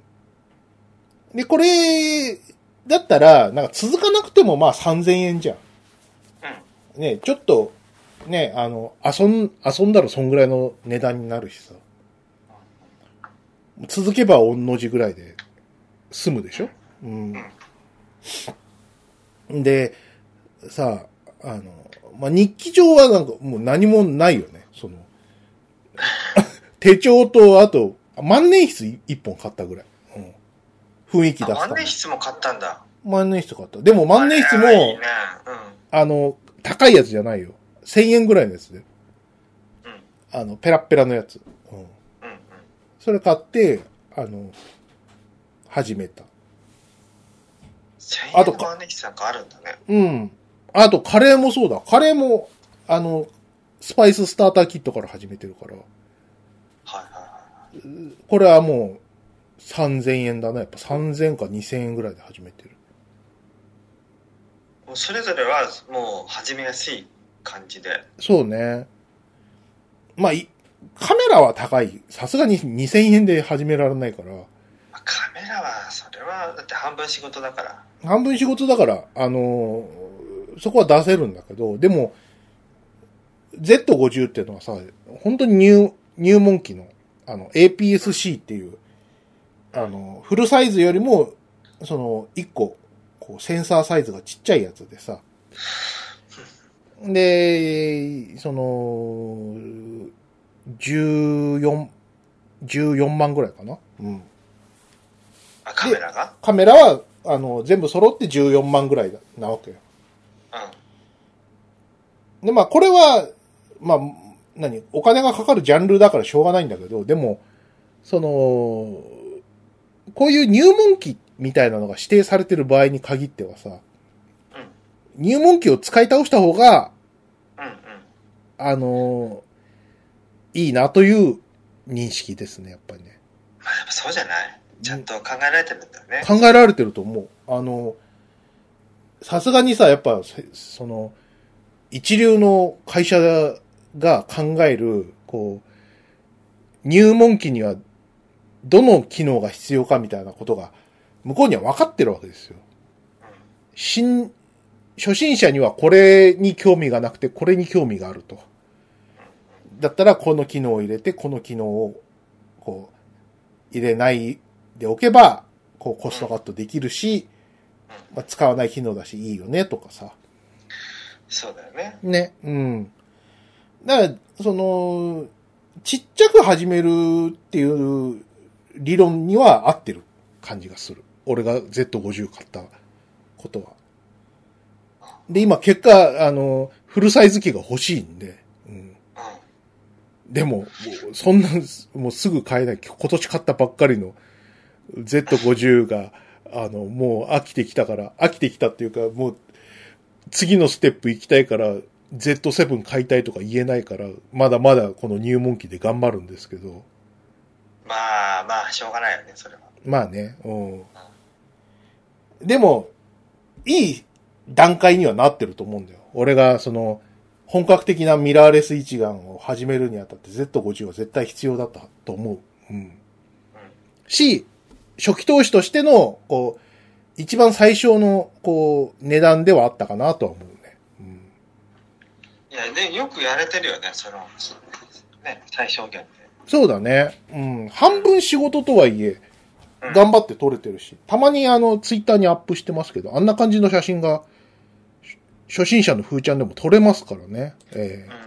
で、これ、だったら、なんか続かなくてもまあさんぜんえんじゃん。うん。ね、ちょっと、ね、あの、遊ん、遊んだらそんぐらいの値段になるしさ。続けば同じぐらいで済むでしょ？うん。で、さ、あの、まあ、日記上はなんかもう何もないよね。その、手帳と、あと、万年筆一本買ったぐらい。うん。雰囲気出すため。 万年筆も買ったんだ。 万年筆買った。でも万年筆も、あ, いいね、うん、あの、高いやつじゃないよ。せんえんぐらいのやつで。うん。あの、ペラッペラのやつ。うん。うんうん。それ買って、あの、始めた。 せんえんの万年筆なんかあるんだね。 うん。あと、カレーもそうだ。カレーも、あの、スパイススターターキットから始めてるから。はいはいはい。これはもう、さんぜんえんだな。やっぱさんぜんかにせんえんぐらいで始めてる。 もうそれぞれはもう始めやすい感じで。 そうね。まあ、カメラは高い。さすがににせんえんで始められないから。 カメラは、それは、だって半分仕事だから。 半分仕事だから、あのー、そこは出せるんだけど、でも、ゼットごじゅう っていうのはさ、本当に入、入門機の、あの、エーピーエスシー っていう、あの、フルサイズよりも、その、いっこ、こう、センサーサイズがちっちゃいやつでさ、で、その、じゅうよん、じゅうよんまんぐらいかな。うん。 あ、カメラが？ カメラは、あの、全部揃ってじゅうよんまんぐらいなわけよ。うん。で、まあ、これは、まあ、何、お金がかかるジャンルだからしょうがないんだけど、でも、その、こういう入門機みたいなのが指定されてる場合に限ってはさ、うん、入門機を使い倒した方が、うんうん、あの、いいなという認識ですね、やっぱりね。 まあ、やっぱそうじゃない？ちゃんと考えられてるんだよね。 考えられてると思う。あの、さすがにさ、やっぱ、その、一流の会社が考える、こう、入門機にはどの機能が必要かみたいなことが、向こうには分かってるわけですよ。新、初心者にはこれに興味がなくて、これに興味があると。だったら、この機能を入れて、この機能を、こう、入れないでおけば、こう、コストカットできるし、まあ、使わない機能だし、いいよね、とかさ。 そうだよね。 ね、うん。だから、その、ちっちゃく始めるっていう理論には合ってる感じがする。俺が ゼットごじゅう 買ったことは。で、今結果、あの、フルサイズ機が欲しいんで、うん。でも、もうそんな、もうすぐ買えない。今年買ったばっかりの ゼットごじゅう が、あの、もう飽きてきたから、飽きてきたっていうか、もう、次のステップ行きたいから、ゼットセブン 買いたいとか言えないから、まだまだこの入門機で頑張るんですけど。 まあまあ、しょうがないよね、それは。 まあね、うん。うん、でも、いい段階にはなってると思うんだよ。俺が、その、本格的なミラーレス一眼を始めるにあたって ゼットごじゅう は絶対必要だったと思う。うん。うん、し、初期投資としての、こう、一番最小の、こう、値段ではあったかなとは思うね。うん。 いや、で、よくやれてるよね、その、ね、最小限で。 そうだね。うん。半分仕事とはいえ、頑張って撮れてるし、たまにあの、ツイッターにアップしてますけど、あんな感じの写真が、初心者の風ちゃんでも撮れますからね。えーうん、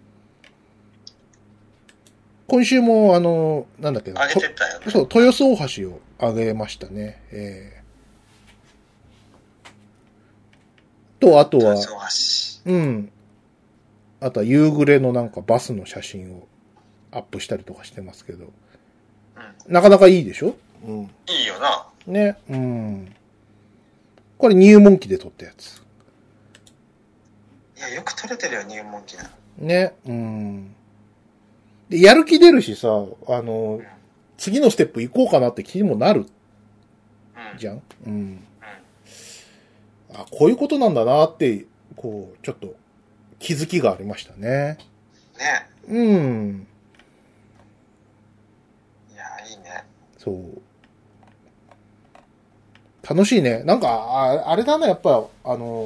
今週もあの、なんだっけな。 上げてたよね。 そう、豊洲大橋を上げましたね。えー、と、あとは、 豊洲大橋。 うん。あとは夕暮れのなんかバスの写真をアップしたりとかしてますけど。うん、なかなかいいでしょ？うん。 いいよな。 ね。うん。これ入門機で撮ったやつ。 いや、よく撮れてるよ、入門機な。 ね。うん。で、やる気出るしさ、あの、うん、次のステップ行こうかなって気にもなる。うん、じゃん、うん、うん。あ、こういうことなんだなって、こう、ちょっと気づきがありましたね。 ね。 うん。 いや、いいね。 そう。楽しいね。なんか、ああれだね、やっぱ、あの、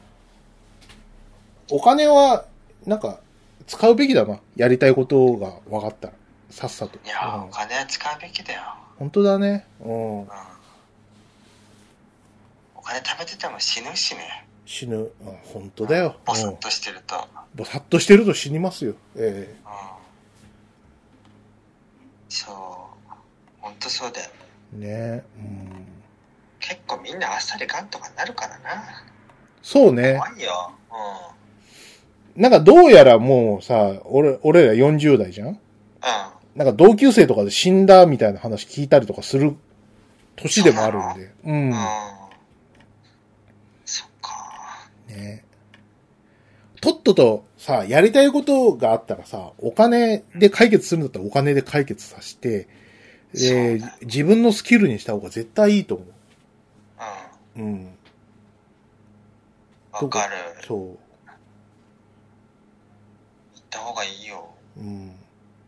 お金は、なんか、使うべきだな。やりたいことが分かったら。さっさと。 いや、 うん、 お金は使うべきだよ。 本当だね。うん。うん、 お金食べてても死ぬしね。 死ぬ。うん、本当だよ。 ボサッとしてると。 ボサッとしてると死にますよ。ええー。うん。 そう。本当そうだよ。 ね。うん。 結構みんなあっさりガンとかになるからな。 そうね。 怖いよ。 うん。なんかどうやらもうさ、俺、俺らよんじゅう代じゃん？うん。なんか同級生とかで死んだみたいな話聞いたりとかする年でもあるんで。うん。うん。 そっか。 ね。とっととさ、やりたいことがあったらさ、お金で解決するんだったらお金で解決させて、で、自分のスキルにした方が絶対いいと思う。うん。うん。 わかる。 そう。行った方がいいよ。うん。うん。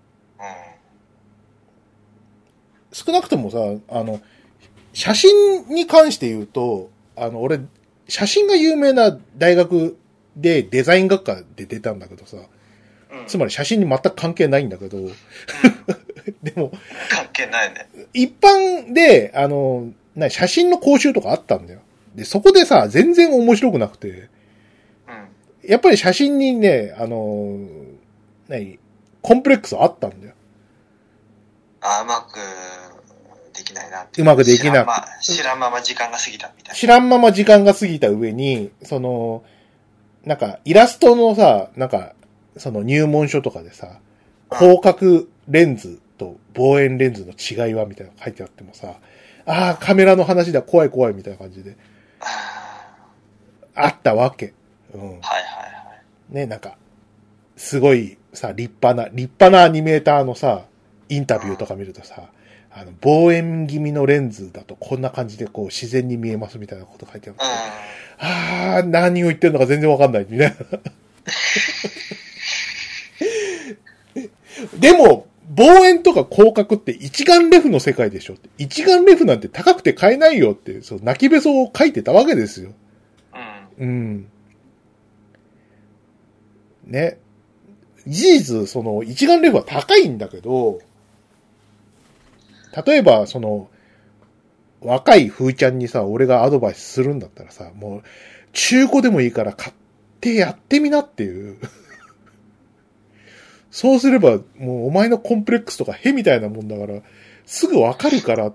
少なくともさ、あの、写真に関して言うと、あの、俺、写真が有名な大学でデザイン学科で出たんだけどさ、うん、つまり写真に全く関係ないんだけど、うん、でも、 関係ないね。 一般で、あの、な写真の講習とかあったんだよ。で、そこでさ、全然面白くなくて、うん、やっぱり写真にね、あの、何、コンプレックスあったんだよ。 あ、うまくできないなって。 うまくできなくて。知らんまま時間が過ぎたみたいな。 知らんまま時間が過ぎた上に、その、なんか、イラストのさ、なんか、その入門書とかでさ、広角レンズと望遠レンズの違いはみたいなの書いてあってもさ、ああ、カメラの話だ、怖い怖いみたいな感じで。あったわけ。うん。はいはいはい。ね、なんか、すごいさ、立派な、立派なアニメーターのさ、インタビューとか見るとさ、あの、望遠気味のレンズだとこんな感じでこう自然に見えますみたいなこと書いてある。ああ、何を言ってるのか全然わかんないみたいな。でも、望遠とか広角って一眼レフの世界でしょって。一眼レフなんて高くて買えないよって、そう、泣きべそを書いてたわけですよ。うん。うん。ね。事実、その、一眼レフは高いんだけど、例えば、その、若い風ちゃんにさ、俺がアドバイスするんだったらさ、もう、中古でもいいから買ってやってみなっていう。そうすれば、もうお前のコンプレックスとかへみたいなもんだから、すぐわかるからって。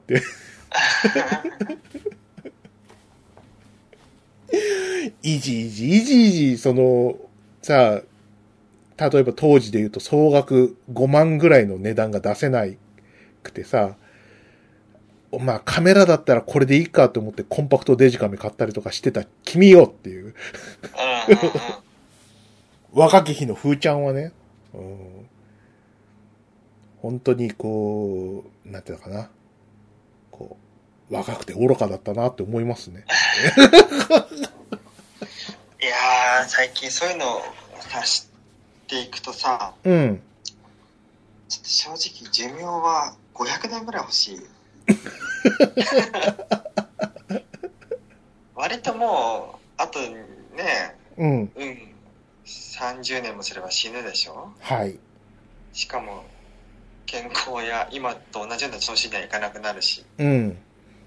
いじいじいじいじ、その、さ、例えば当時で言うと総額ごまんぐらいの値段が出せないくてさ、まあカメラだったらこれでいいかと思ってコンパクトデジカメ買ったりとかしてた君よっていう。若き日の風ちゃんはね、うん、本当にこう、なんていうのかな。こう、若くて愚かだったなって思いますね。 いやー、最近そういうのをさしていくとさ、うん。ちょっと正直寿命はごひゃくねんぐらい欲しい。割ともうあとね、うん、うん、さんじゅうねんもすれば死ぬでしょ。はい。しかも健康や今と同じような調子にはいかなくなるし。うん。ね。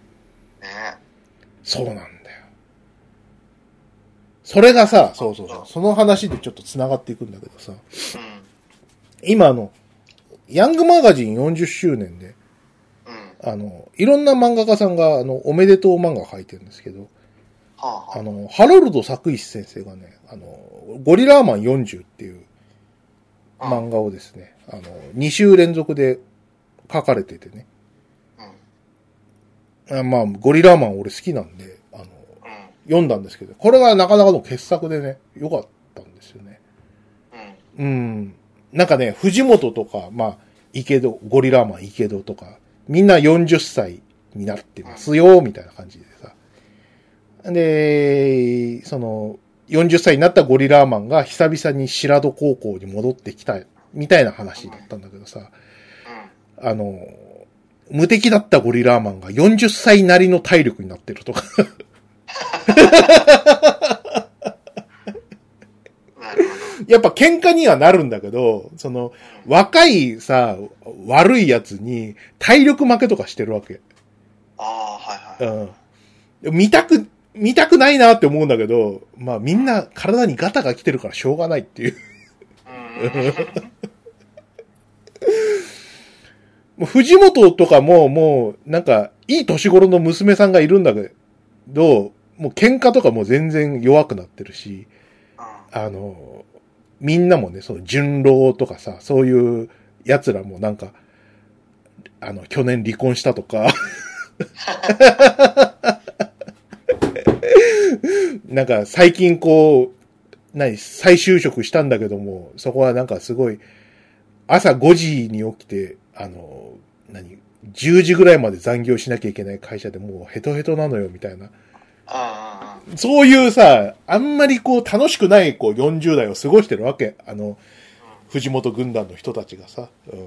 そうなんだよ。それがさ、そうそうそう、その話でちょっと繋がっていくんだけどさ、うん、今あのヤングマガジンよんじゅっしゅうねんで。あの、いろんな漫画家さんが、あの、おめでとう漫画を描いてるんですけど、はあはあ、あの、ハロルド作石先生がね、あの、ゴリラーマンよんじゅうっていう漫画をですね、あの、に週連続で書かれててね。うん、まあ、ゴリラーマン俺好きなんで、あの、うん、読んだんですけど、これがなかなかの傑作でね、良かったんですよね。うん。うん。なんかね、藤本とか、まあ、池戸、ゴリラーマン池戸とか、みんなよんじゅっさいになってますよ、みたいな感じでさ。で、その、 よんじゅっさいになったゴリラーマンが久々に白戸高校に戻ってきた、みたいな話だったんだけどさ、あの、無敵だったゴリラーマンがよんじゅっさいなりの体力になってるとか。やっぱ喧嘩にはなるんだけど、その、若いさ、悪いやつに体力負けとかしてるわけ。 ああ、はいはい。 うん。見たく、見たくないなって思うんだけど、まあみんな体にガタが来てるからしょうがないっていう。もう藤本とかももうなんかいい年頃の娘さんがいるんだけど、もう喧嘩とかも全然弱くなってるし、あの、みんなもね、その純老とかさ、そういう奴らもなんか、あの、去年離婚したとか、なんか最近こう、何、再就職したんだけども、そこはなんかすごい、朝ごじに起きて、あの、何、じゅうじぐらいまで残業しなきゃいけない会社でもうヘトヘトなのよ、みたいな。 ああ、 そういうさ、あんまりこう楽しくないこうよんじゅう代を過ごしてるわけ。あの、うん、藤本軍団の人たちがさ。うん。うん、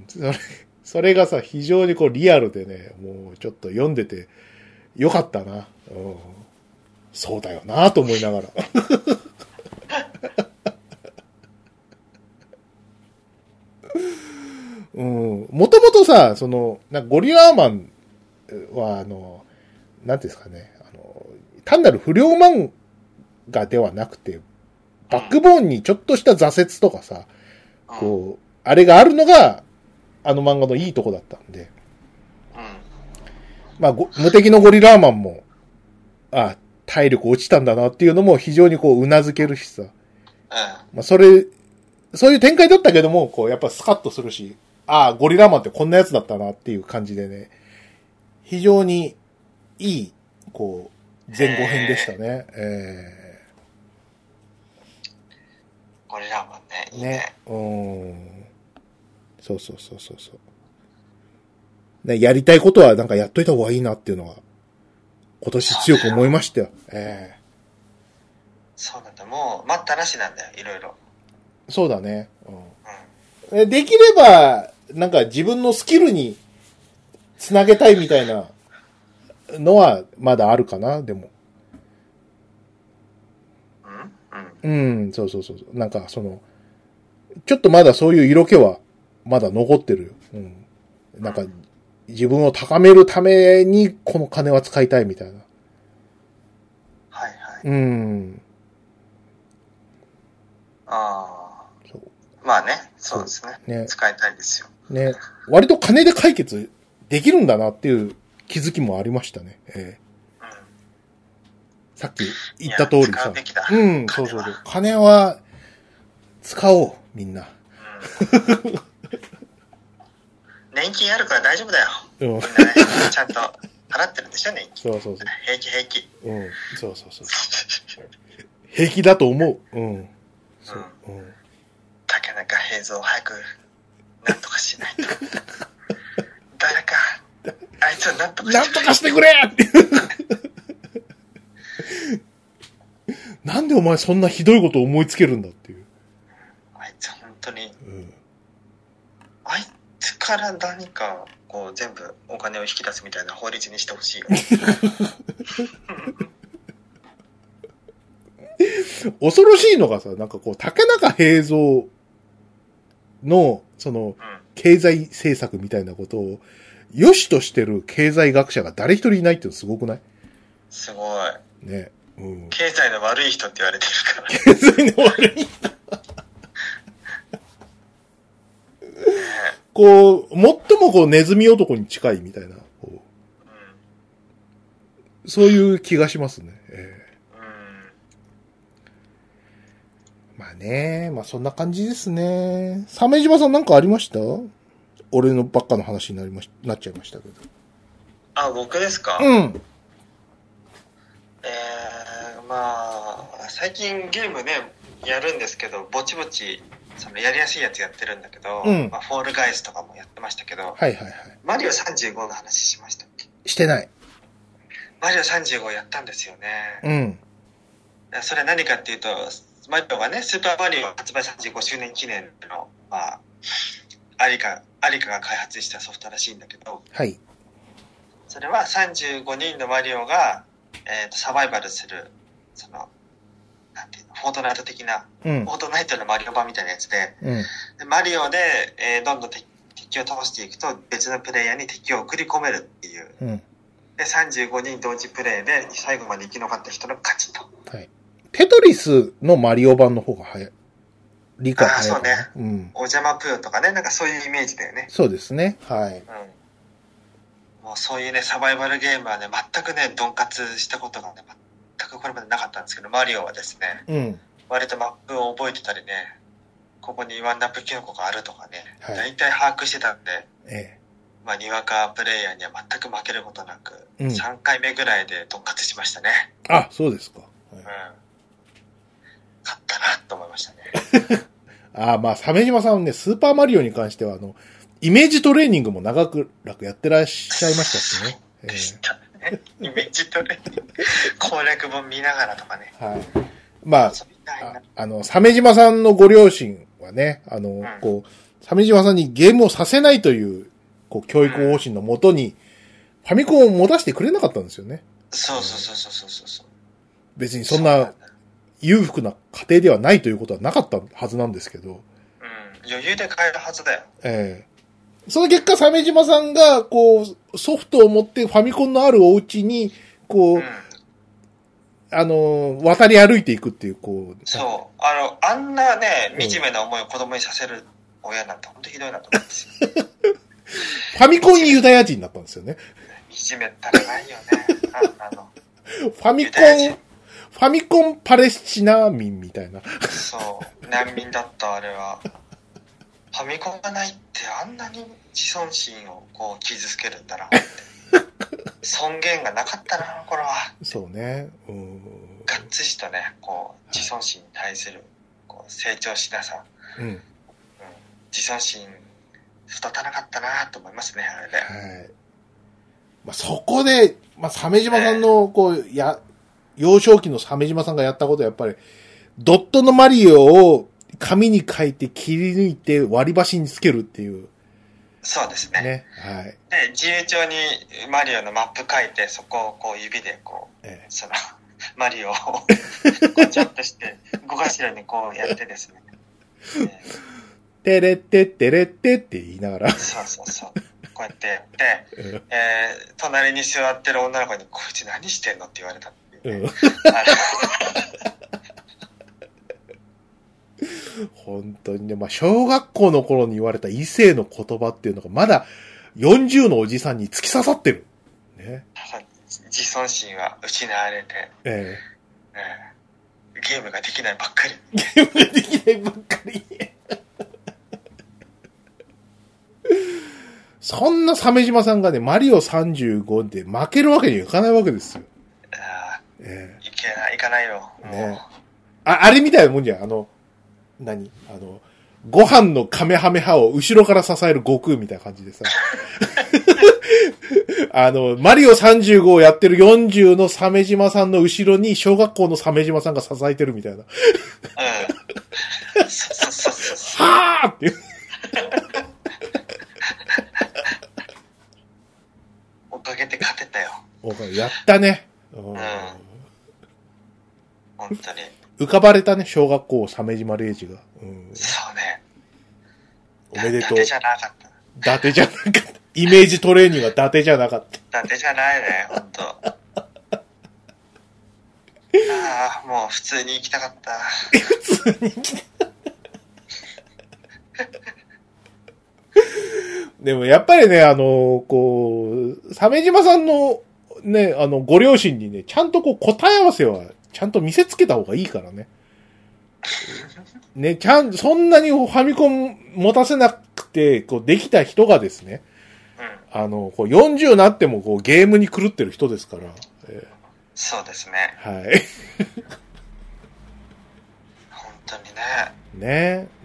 それ、それがさ、非常にこうリアルでね、もうちょっと読んでてよかったな。うん、そうだよなと思いながら。うん。もともとさ、その、なんかゴリラーマンは、あの、なんていうんですかね、あの、単なる不良漫画ではなくて、バックボーンにちょっとした挫折とかさ、うん、こう、あれがあるのが、あの漫画のいいとこだったんで、うん、まあ、無敵のゴリラーマンも、あ、体力落ちたんだなっていうのも非常にこう、頷けるしさ、うん、まあ、それ、そういう展開だったけども、こう、やっぱスカッとするし、ああ、ゴリラーマンってこんなやつだったなっていう感じでね、非常にいい、こう、前後編でしたね。えー、ゴリラーマンね。いいね。ね。 うん。そうそうそうそうそう。ね、やりたいことはなんかやっといた方がいいなっていうのは、今年強く思いましたよ。ええー。 そうなんだ。もう、待ったなしなんだよ、いろいろ。 そうだね。うん。うん、できれば、なんか自分のスキルにつなげたいみたいなのはまだあるかな、でも。うん、うん、うん、そうそうそう。なんかその、ちょっとまだそういう色気はまだ残ってるよ。うん。なんか、自分を高めるためにこの金は使いたいみたいな。 はいはい。 うん。 ああ。そう。まあね、そうですね。ね。使いたいですよ。 ね。割と金で解決できるんだなっていう気づきもありましたね。えー、うん、さっき言った通りさ。 使うべきだ。 うん、そうそうそう。金は使おう、みんな。うん、 年金あるから大丈夫だよ。うん。みんなね、ちゃんと払ってるんでしょ、年金。 そうそうそう。 平気平気。 うん、そうそうそう。平気だと思う。うん。そう。うん。うん、 竹中平蔵早くなんとかしないと。誰かあいつはなんとかしてくれ。 なんとかしてくれなんでお前そんなひどいことを思いつけるんだっていう。 あいつ本当に。うん、あいつから何かこう全部お金を引き出すみたいな法律にしてほしいよ。 恐ろしいのがさ、なんかこう竹中平蔵のその、うん、経済政策みたいなことを良しとしてる経済学者が誰一人いないっていうのすごくない？ すごい。 ね。うん、 経済の悪い人って言われてるから。経済の悪い人。 こう、最もこうネズミ男に近いみたいな、こう、うん、そういう気がしますね。えー、うん、まあね、まあそんな感じですね。鮫島さんなんかありました？俺のばっかの話になりまし、なっちゃいましたけど。 あ、僕ですか？ うん。 えー、まあ、最近ゲームね、やるんですけど、ぼちぼち、そのやりやすいやつやってるんだけど、うん、まあ、フォールガイスとかもやってましたけど、 はいはいはい。 マリオさんじゅうごの話しましたっけ？ してない。 マリオさんじゅうごやったんですよね。 うん。 それ何かっていうと、マリオがね、スーパーマリオ発売さんじゅうごしゅうねん記念の、まあ、アリカ、アリカが開発したソフトらしいんだけど、 はい。 それはさんじゅうごにんのマリオが、えっと、サバイバルする、その、なんていうの、フォートナイト的な、うん、フォートナイトのマリオ版みたいなやつで、うん、でマリオで、えー、どんどん敵を倒していくと別のプレイヤーに敵を送り込めるっていう。うん、で、さんじゅうごにん同時プレイで最後まで生き残った人の勝ちと。 はい。テトリスのマリオ版の方が早い。理解早い。ああ、 そうね。うん。お邪魔ぷよとかね、なんかそういうイメージだよね。 そうですね。はい。うん。 もうそういうね、サバイバルゲームはね、全くね、鈍活したことがね、全くこれまでなかったんですけど、マリオはですね、うん、割とマップを覚えてたりね、ここにワンナップキノコがあるとかね、はい、大体把握してたんで、ええ、まあ、にわかプレイヤーには全く負けることなく、うん、さんかいめぐらいで鈍活しましたね。 あ、そうですか。はい、うん。 勝ったなと思いましたね。 ああ、まあ、鮫島さんね、スーパーマリオに関しては、あの、イメージトレーニングも長く楽やってらっしゃいましたしね。 でしたね。イメージトレーニング。攻略本見ながらとかね。 はい。まあ、あ, あの、鮫島さんのご両親はね、あの、うん、こう、鮫島さんにゲームをさせないという、こう、教育方針のもとに、うん、ファミコンを持たせてくれなかったんですよね。 そうそうそうそうそうそう。 別にそんな、裕福な家庭ではないということはなかったはずなんですけど。うん、 余裕で買えるはずだよ。 ええー。その結果、鮫島さんが、こう、ソフトを持ってファミコンのあるお家に、こう、うん、あの、渡り歩いていくっていう、こう。 そう。あの、あんなね、惨めな思いを子供にさせる親なんて本当ひどいなと思うんですよ。 ファミコンユダヤ人だったんですよね。 惨めったらないよね。あの、 ファミコン、ファミコンパレスチナ民みたいな。 そう。難民だった、あれは。ファミコンがないってあんなに自尊心をこう傷つけるんだなって。尊厳がなかったな、これは。 そうね。 うん。がっつりとね、こう、自尊心に対する、こう、成長しなさ。うん。うん、自尊心、育たなかったなと思いますね、あれで。はい。 まあ、そこで、まあ、鮫島さんの、こう、や、幼少期の鮫島さんがやったことはやっぱり、ドットのマリオを紙に書いて切り抜いて割り箸につけるっていう。 そうですね。 ね。はい。 で、自由帳にマリオのマップ書いて、そこをこう指でこう、ええ、その、マリオをこうジャンプして、ご頭にこうやってですね。 てれってってれってって言いながら。 そうそうそう。こうやってやって、えー、隣に座ってる女の子に、こいつ何してんのって言われたっていう、ね。うん本当にね、まあ、小学校の頃に言われた異性の言葉っていうのがまだよんじゅうのおじさんに突き刺さってる。ね。 自尊心は失われて、えええー、ゲームができないばっかり。 ゲームができないばっかり。そんな鮫島さんがね、マリオさんじゅうごで負けるわけにはいかないわけですよ。 ああ、ええ、いけない、いかないよ。ね。 あ、あれみたいなもんじゃん。あの、何あの、ご飯のカメハメハを後ろから支える悟空みたいな感じでさ。あの、マリオさんじゅうごをやってるよんじゅうの鮫島さんの後ろに小学校の鮫島さんが支えてるみたいな。うん。はぁーっていう。 おかげで勝てたよ。 おかげやったね。うん。うん、 本当に。 浮かばれたね、小学校鮫島礼二が。うん、 そうね。 おめでとう。 伊達じゃなかった。 伊達じゃなかった。イメージトレーニングは伊達じゃなかった。 伊達じゃないね、ほんと。ああ、もう普通に行きたかった。 普通に行きたかった。でもやっぱりね、あの、こう、鮫島さんのね、あの、ご両親にね、ちゃんとこう答え合わせは、ちゃんと見せつけた方がいいからね。ね、ちゃん、そんなにファミコン持たせなくて、こう、できた人がですね、うん、あの、こう、よんじゅうになってもこう、ゲームに狂ってる人ですから。えー、 そうですね。 はい。 本当にね。ね。うん。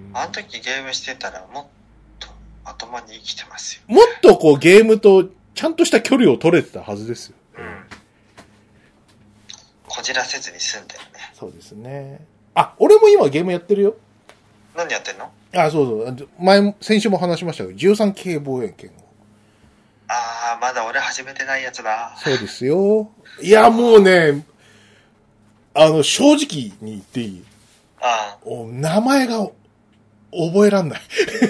あの時ゲームしてたらもっとまともに生きてますよ。 もっとこう、ゲームとちゃんとした距離を取れてたはずですよ。うん。 個じらせずに済んでるね。 そうですね。あ、俺も今ゲームやってるよ。 何やってんの？ あ、そうそう。前、先週も話しましたけど、じゅうさん系防衛権を。 ああ、まだ俺始めてないやつだ。 そうですよ。いや、もうね、あの、正直に言っていい？ ああ。 お名前が覚えらんない。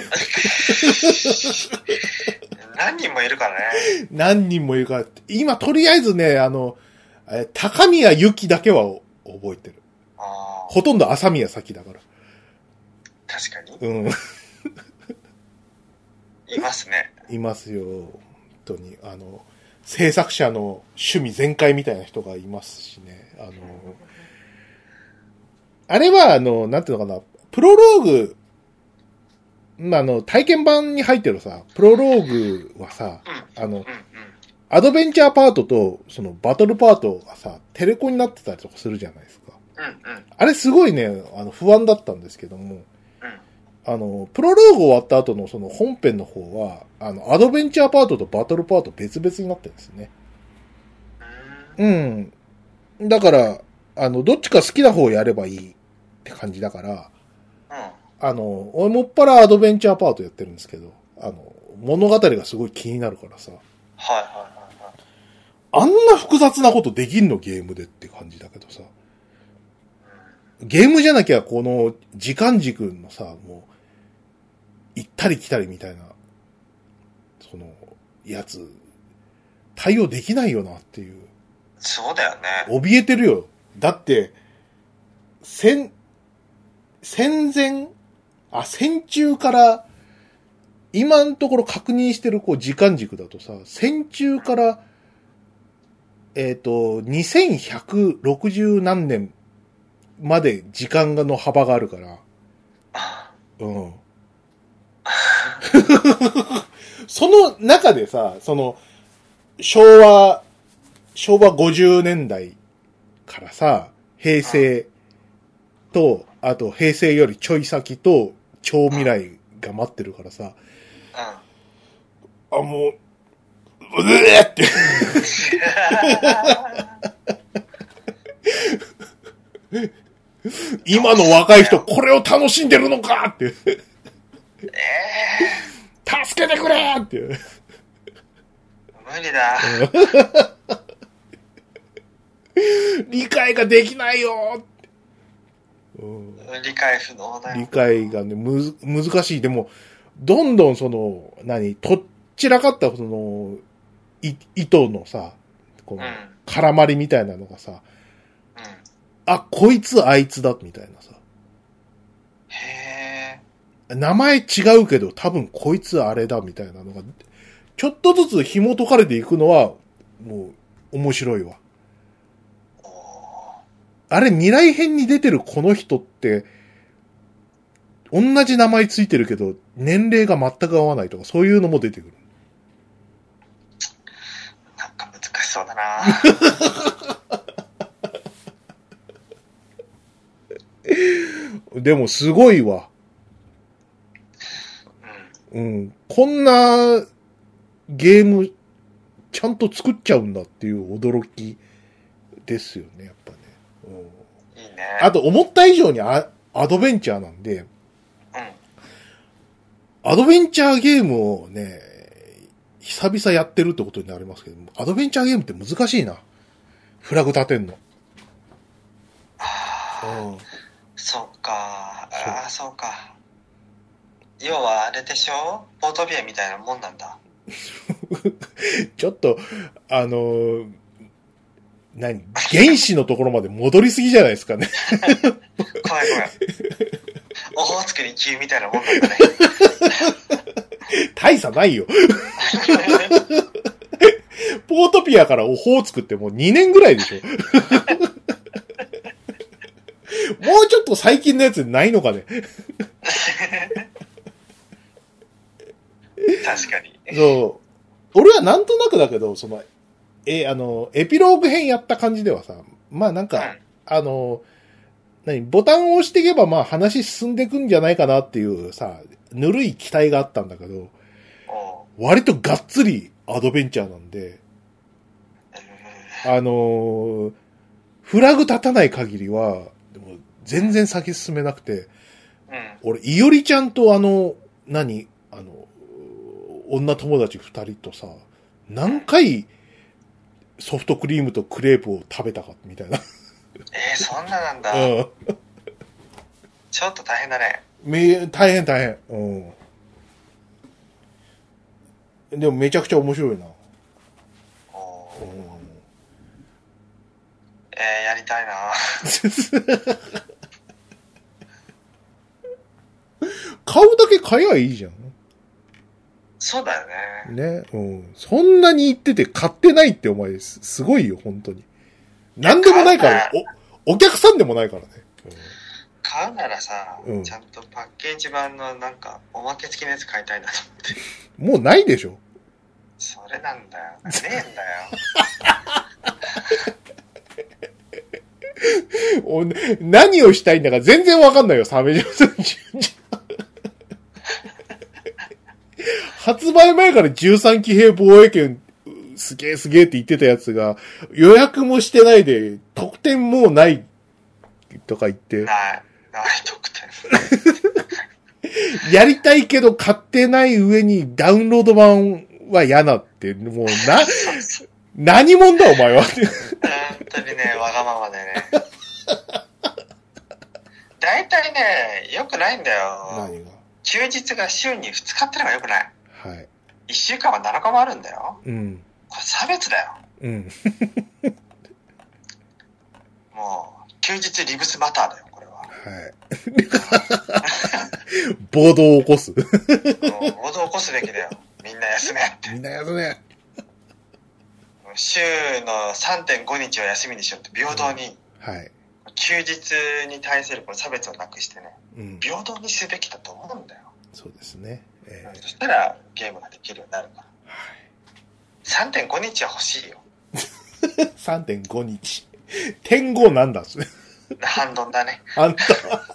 何人もいるからね。 何人もいるから。今、とりあえずね、あの、え高宮ゆきだけは覚えてる。 あほとんど朝宮咲だから。 確かに。 うん。 いますね。 いますよ。本当に。あの、制作者の趣味全開みたいな人がいますしね。あの、あれは、あの、なんていうのかな、プロローグ、まあ、あの、体験版に入ってるさ、プロローグはさ、 うん、 あの、 うんうん、 アドベンチャーパートと、そのバトルパートがさ、テレコになってたりとかするじゃないですか。 うんうん、 あれすごいね、あの、不安だったんですけども、 うん、 あの、プロローグ終わった後のその本編の方は、あの、アドベンチャーパートとバトルパート別々になってるんですね。うん。だから、あの、どっちか好きな方をやればいいって感じだから、 うん、 あの、俺もっぱらアドベンチャーパートやってるんですけど、あの、物語がすごい気になるからさ。 はいはいはいはい。 あんな複雑なことできんのゲームでって感じだけどさ。ゲームじゃなきゃこの時間軸のさ、もう、行ったり来たりみたいな、その、やつ、対応できないよなっていう。 そうだよね。 怯えてるよ。だって、戦、戦前、あ、戦中から、今のところ確認してるこう時間軸だとさ、戦中から、えっと、にせんひゃくろくじゅう何年まで時間がの幅があるから、うん。その中でさ、その、昭和、昭和ごじゅうねんだいからさ、平成と、あと平成よりちょい先と超未来が待ってるからさ、あ、もう、うえーって。今の若い人、これを楽しんでるのかって。えー、助けてくれって。 無理だ。 理解ができないよって、 うん、理解不能だよ。 理解がね、むず、難しい。でも、どんどんその、何、とっちらかったその、い、糸のさ、この、絡まりみたいなのがさ、うん、あ、こいつあいつだ、みたいなさ。 へー。名前違うけど、多分こいつあれだ、みたいなのが、ちょっとずつ紐解かれていくのは、もう、面白いわ。あれ、未来編に出てるこの人って、同じ名前ついてるけど、年齢が全く合わないとか、そういうのも出てくる。 なんか難しそうだなでも、すごいわ。うん。うん。こんな、ゲーム、ちゃんと作っちゃうんだっていう驚きですよね、やっぱね。うん、いいね。あと、思った以上にア、アドベンチャーなんで、うん、アドベンチャーゲームをね、久々やってるってことになりますけども、アドベンチャーゲームって難しいな。フラグ立てんの。 ああ、うん、そうか。ああ、そうか。要はあれでしょ？ポートビアみたいなもんなんだ。 ちょっと、あのー、何原子のところまで戻りすぎじゃないですかね。 ごめんごめん。オホーツクに急みたいなもんなんだね。 大差ないよ。ポートピアからオホーツクってもうにねんぐらいでしょ。もうちょっと最近のやつないのかね。 確かに。 そう。俺はなんとなくだけど、その、え、あの、エピローグ編やった感じではさ、まあなんか、うん、あの、何、ボタンを押していけばまあ話進んでいくんじゃないかなっていうさ、ぬるい期待があったんだけど、割とがっつりアドベンチャーなんで、あのー、 フラグ立たない限りは、でも全然先進めなくて、うん、俺、いおりちゃんとあの、何あの、女友達二人とさ、何回ソフトクリームとクレープを食べたか、みたいな。 えー、そんななんだ。うん。ちょっと大変だね。 め、大変大変。うん。でもめちゃくちゃ面白いな。おー。うん、 えー、やりたいな。 買うだけ買えばいいじゃん。 そうだよね。ね。うん。そんなに言ってて買ってないってお前す、すごいよ、本当に。なんでもないから、お、お客さんでもないからね。うん、 買うならさ、うん、ちゃんとパッケージ版のなんか、おまけ付きのやつ買いたいなと思って。 もうないでしょ。 それなんだよ。ねえんだよ。お何をしたいんだか全然わかんないよ、サメジョさん。発売前からじゅうさんき兵防衛権すげえすげえって言ってたやつが予約もしてないで特典もうないとか言って。 ない、ない特典。やりたいけど買ってない上にダウンロード版は嫌なって、もうな、何者だお前は。本当にね、わがままでね。大体ね、良くないんだよ。 何が？ 休日が週にふつかってのが良くない。 はい。 いっしゅうかんはなのかもあるんだよ。 うん。 これ差別だよ。 うん。 もう、休日リブスマターだよ、これは。はい。 暴動を起こす。 暴動を起こすべきだよ。みんな休めって。 みんな休め。 週の さんてんご 日を休みにしようって平等に。 うん、はい。 休日に対するこの差別をなくしてね、うん、平等にすべきだと思うんだよ。 そうですね。 えー、そしたらゲームができるようになるから。はい、さんてんご 日は欲しいよ。 さんてんご 日。点ごなんだっすね。 半ドンだね。 あんた。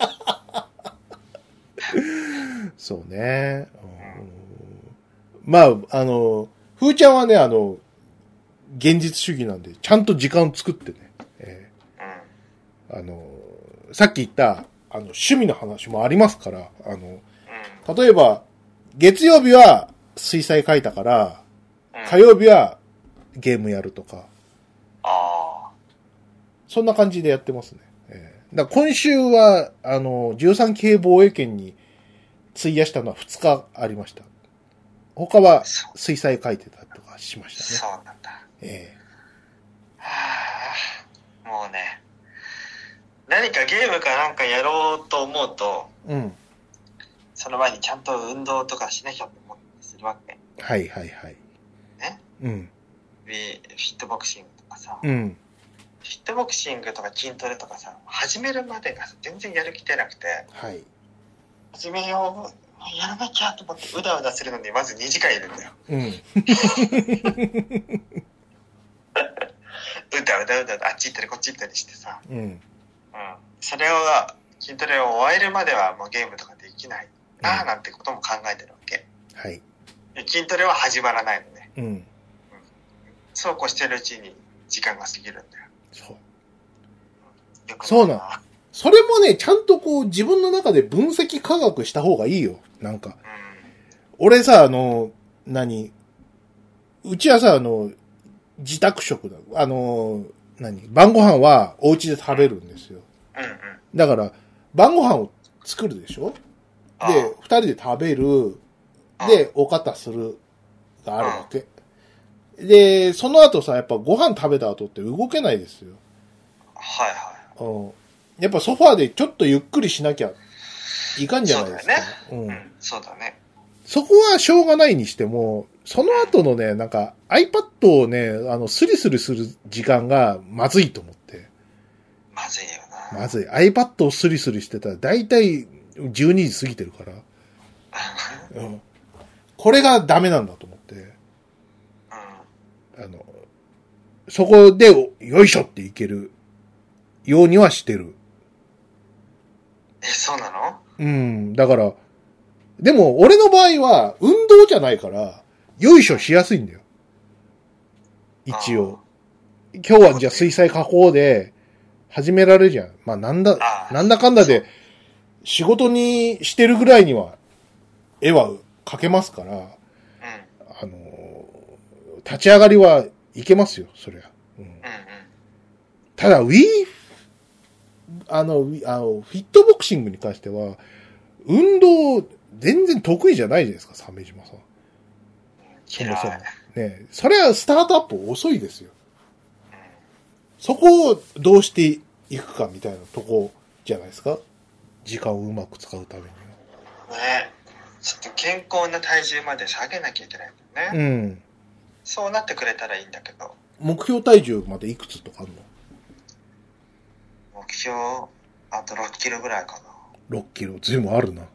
そうね、うん。まあ、あの、ふーちゃんはね、あの、現実主義なんで、ちゃんと時間を作ってね。えー、うん、あの、さっき言った、あの、趣味の話もありますから、あの、うん、例えば、月曜日は水彩描いたから、うん、火曜日はゲームやるとか。 ああ。 そんな感じでやってますね。えー、だから今週は、あの、じゅうさんき兵防衛権に費やしたのはふつかありました。他は水彩描いてたりとかしましたね。 そうなんだ。 ええー。はあ、もうね、何かゲームかなんかやろうと思うと、 うん。 その前にちゃんと運動とかしなきゃって思ったりするわけ。 はいはいはい。 ね。 うん。 フィットボクシングとかさ、 うん。 フィットボクシングとか筋トレとかさ、始めるまでが全然やる気出なくて、 はい。 始めよう、やらなきゃと思ってうだうだするのにまずにじかんいるんだよ。 うん。 うだうだうだあっち行ったりこっち行ったりしてさ、 うん。うん。 それを筋トレを終えるまではもうゲームとかできないなあなんてことも考えてるわけ。 はい。 筋トレは始まらないのね。 うん。うん、 そうこうしてるうちに時間が過ぎるんだよ。 そう。 よくそうな。それもね、ちゃんとこう自分の中で分析科学した方がいいよ。なんか。うん、俺さ、あの、何うちはさ、あの、自宅食だ。あの、何晩ご飯はお家で食べるんですよ。 うんうん。 だから、晩ご飯を作るでしょで、二人で食べる。で、おかたする。があるわけ。で、その後さ、やっぱご飯食べた後って動けないですよ。 はいはい。 うん。やっぱソファーでちょっとゆっくりしなきゃいかんじゃないですか。 そうだね。うん。うん、そうだね。 そこはしょうがないにしても、その後のね、なんか iPad をね、あの、スリスリする時間がまずいと思って。 まずいよな。 まずい。iPad をスリスリしてたらだいたいじゅうにじ過ぎてるから。うん。これがダメなんだと思って。うん。あの、そこでよいしょっていけるようにはしてる。 え、そうなの？ うん。だから、でも俺の場合は運動じゃないから、よいしょしやすいんだよ。一応。今日はじゃあ水彩描こうで、 始められるじゃん。まあなんだ、なんだかんだで仕事にしてるぐらいには絵は描けますから、うん、あの、立ち上がりはいけますよ、そりゃ。うんうんうん、ただ、Wii、あの、あの、フィットボクシングに関しては、運動全然得意じゃないじゃないですか、鮫島さん。そもそも。ね、それはスタートアップ遅いですよ。そこをどうしていくかみたいなとこじゃないですか。時間をうまく使うためには。ね、ちょっと健康な体重まで下げなきゃいけないんだよね。うん。そうなってくれたらいいんだけど。 目標体重までいくつとかあるの？ 目標、あとろっキロぐらいかな。 ろっキロ、ずいぶんあるな。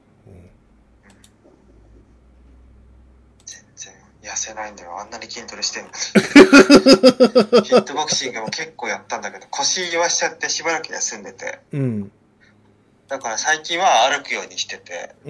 痩せないんだよ。あんなに筋トレしてんの。フィットボクシングも結構やったんだけど、腰言わしちゃってしばらく休んでて。うん。だから最近は歩くようにしてて。うん。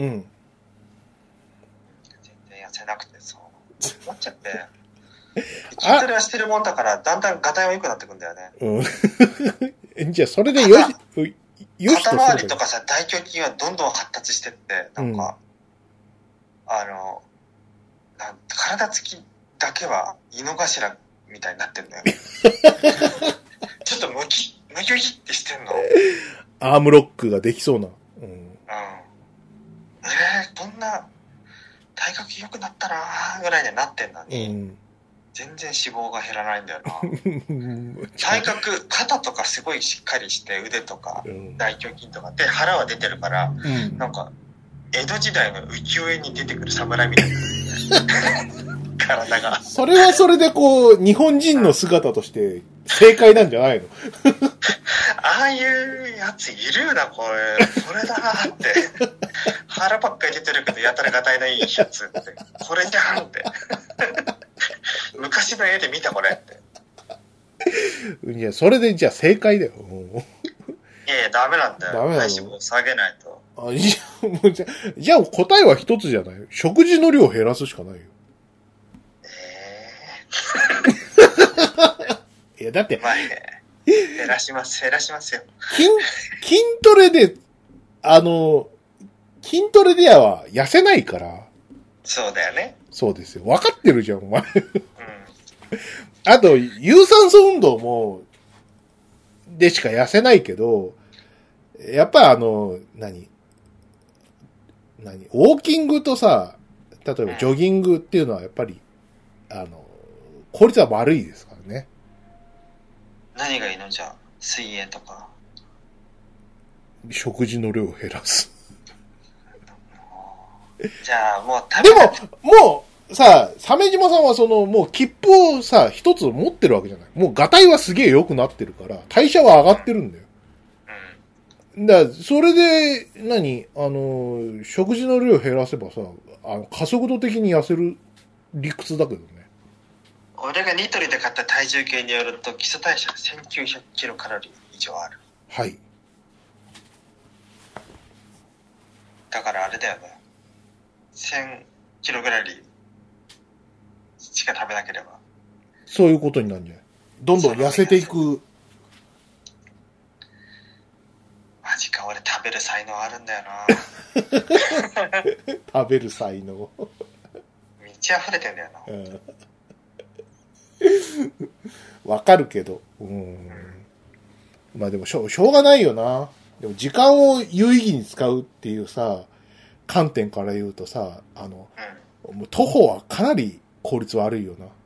全然痩せなくてそう。なっちゃって。筋トレはしてるもんだから、だんだんガタイも良くなってくんだよね。 うん。じゃあ、それでよし、 よしと肩周りとかさ、大胸筋はどんどん発達してって、なんか、うん、あの、なん体つきだけは井の頭みたいになってんだよ。ちょっとムキムキムキってしてんの。 アームロックができそうな。うん。うん、えー、こんな体格良くなったなーぐらいにはなってんのに、うん、全然脂肪が減らないんだよな。体格肩とかすごいしっかりして腕とか、うん、大胸筋とかで腹は出てるから、うん、なんか江戸時代の浮世絵に出てくる侍みたいな。体が。 それはそれでこう、日本人の姿として正解なんじゃないの？ ああいうやついるな、これ。これだーって。腹ばっかり出てるけど、やたらがたいのいいやつって。これじゃんって。昔の絵で見たこれって。 いや、それでじゃあ正解だよ。 いやいや、ダメなんだよ。ダメなの。体脂肪下げないと。 あ、じゃあ、もうじゃあ、じゃあ答えは一つじゃない。食事の量を減らすしかないよ。えー、いや、だって。まあね、 減らします、減らしますよ。 筋、筋トレで、あの、筋トレでは痩せないから。 そうだよね。 そうですよ。分かってるじゃん、お前。うん。あと、有酸素運動も、でしか痩せないけど、やっぱあの、何何ウォーキングとさ、例えばジョギングっていうのはやっぱり、あの、効率は悪いですからね。 何がいいのじゃあ、水泳とか。 食事の量を減らす。 じゃあもう食べでも、もう、さ、鮫島さんはその、もう切符をさ、一つ持ってるわけじゃない。もう、ガタイはすげえ良くなってるから、代謝は上がってるんだよ。うん。だから、それで、何あの、食事の量を減らせばさ、あの、加速度的に痩せる理屈だけどね。 俺がニトリで買った体重計によると、基礎代謝せんきゅうひゃくキロカロリー以上ある。はい。だからあれだよね。せんキロカロリーしか食べなければ。 そういうことになるんじゃない？どんどん痩せていく。 マジか、俺食べる才能あるんだよな。 食べる才能。 満ち溢れてんだよな。うんわかるけど。うん。まあでもしょう、しょうがないよな。でも時間を有意義に使うっていうさ、観点から言うとさ、あの、うん、もう徒歩はかなり効率悪いよな。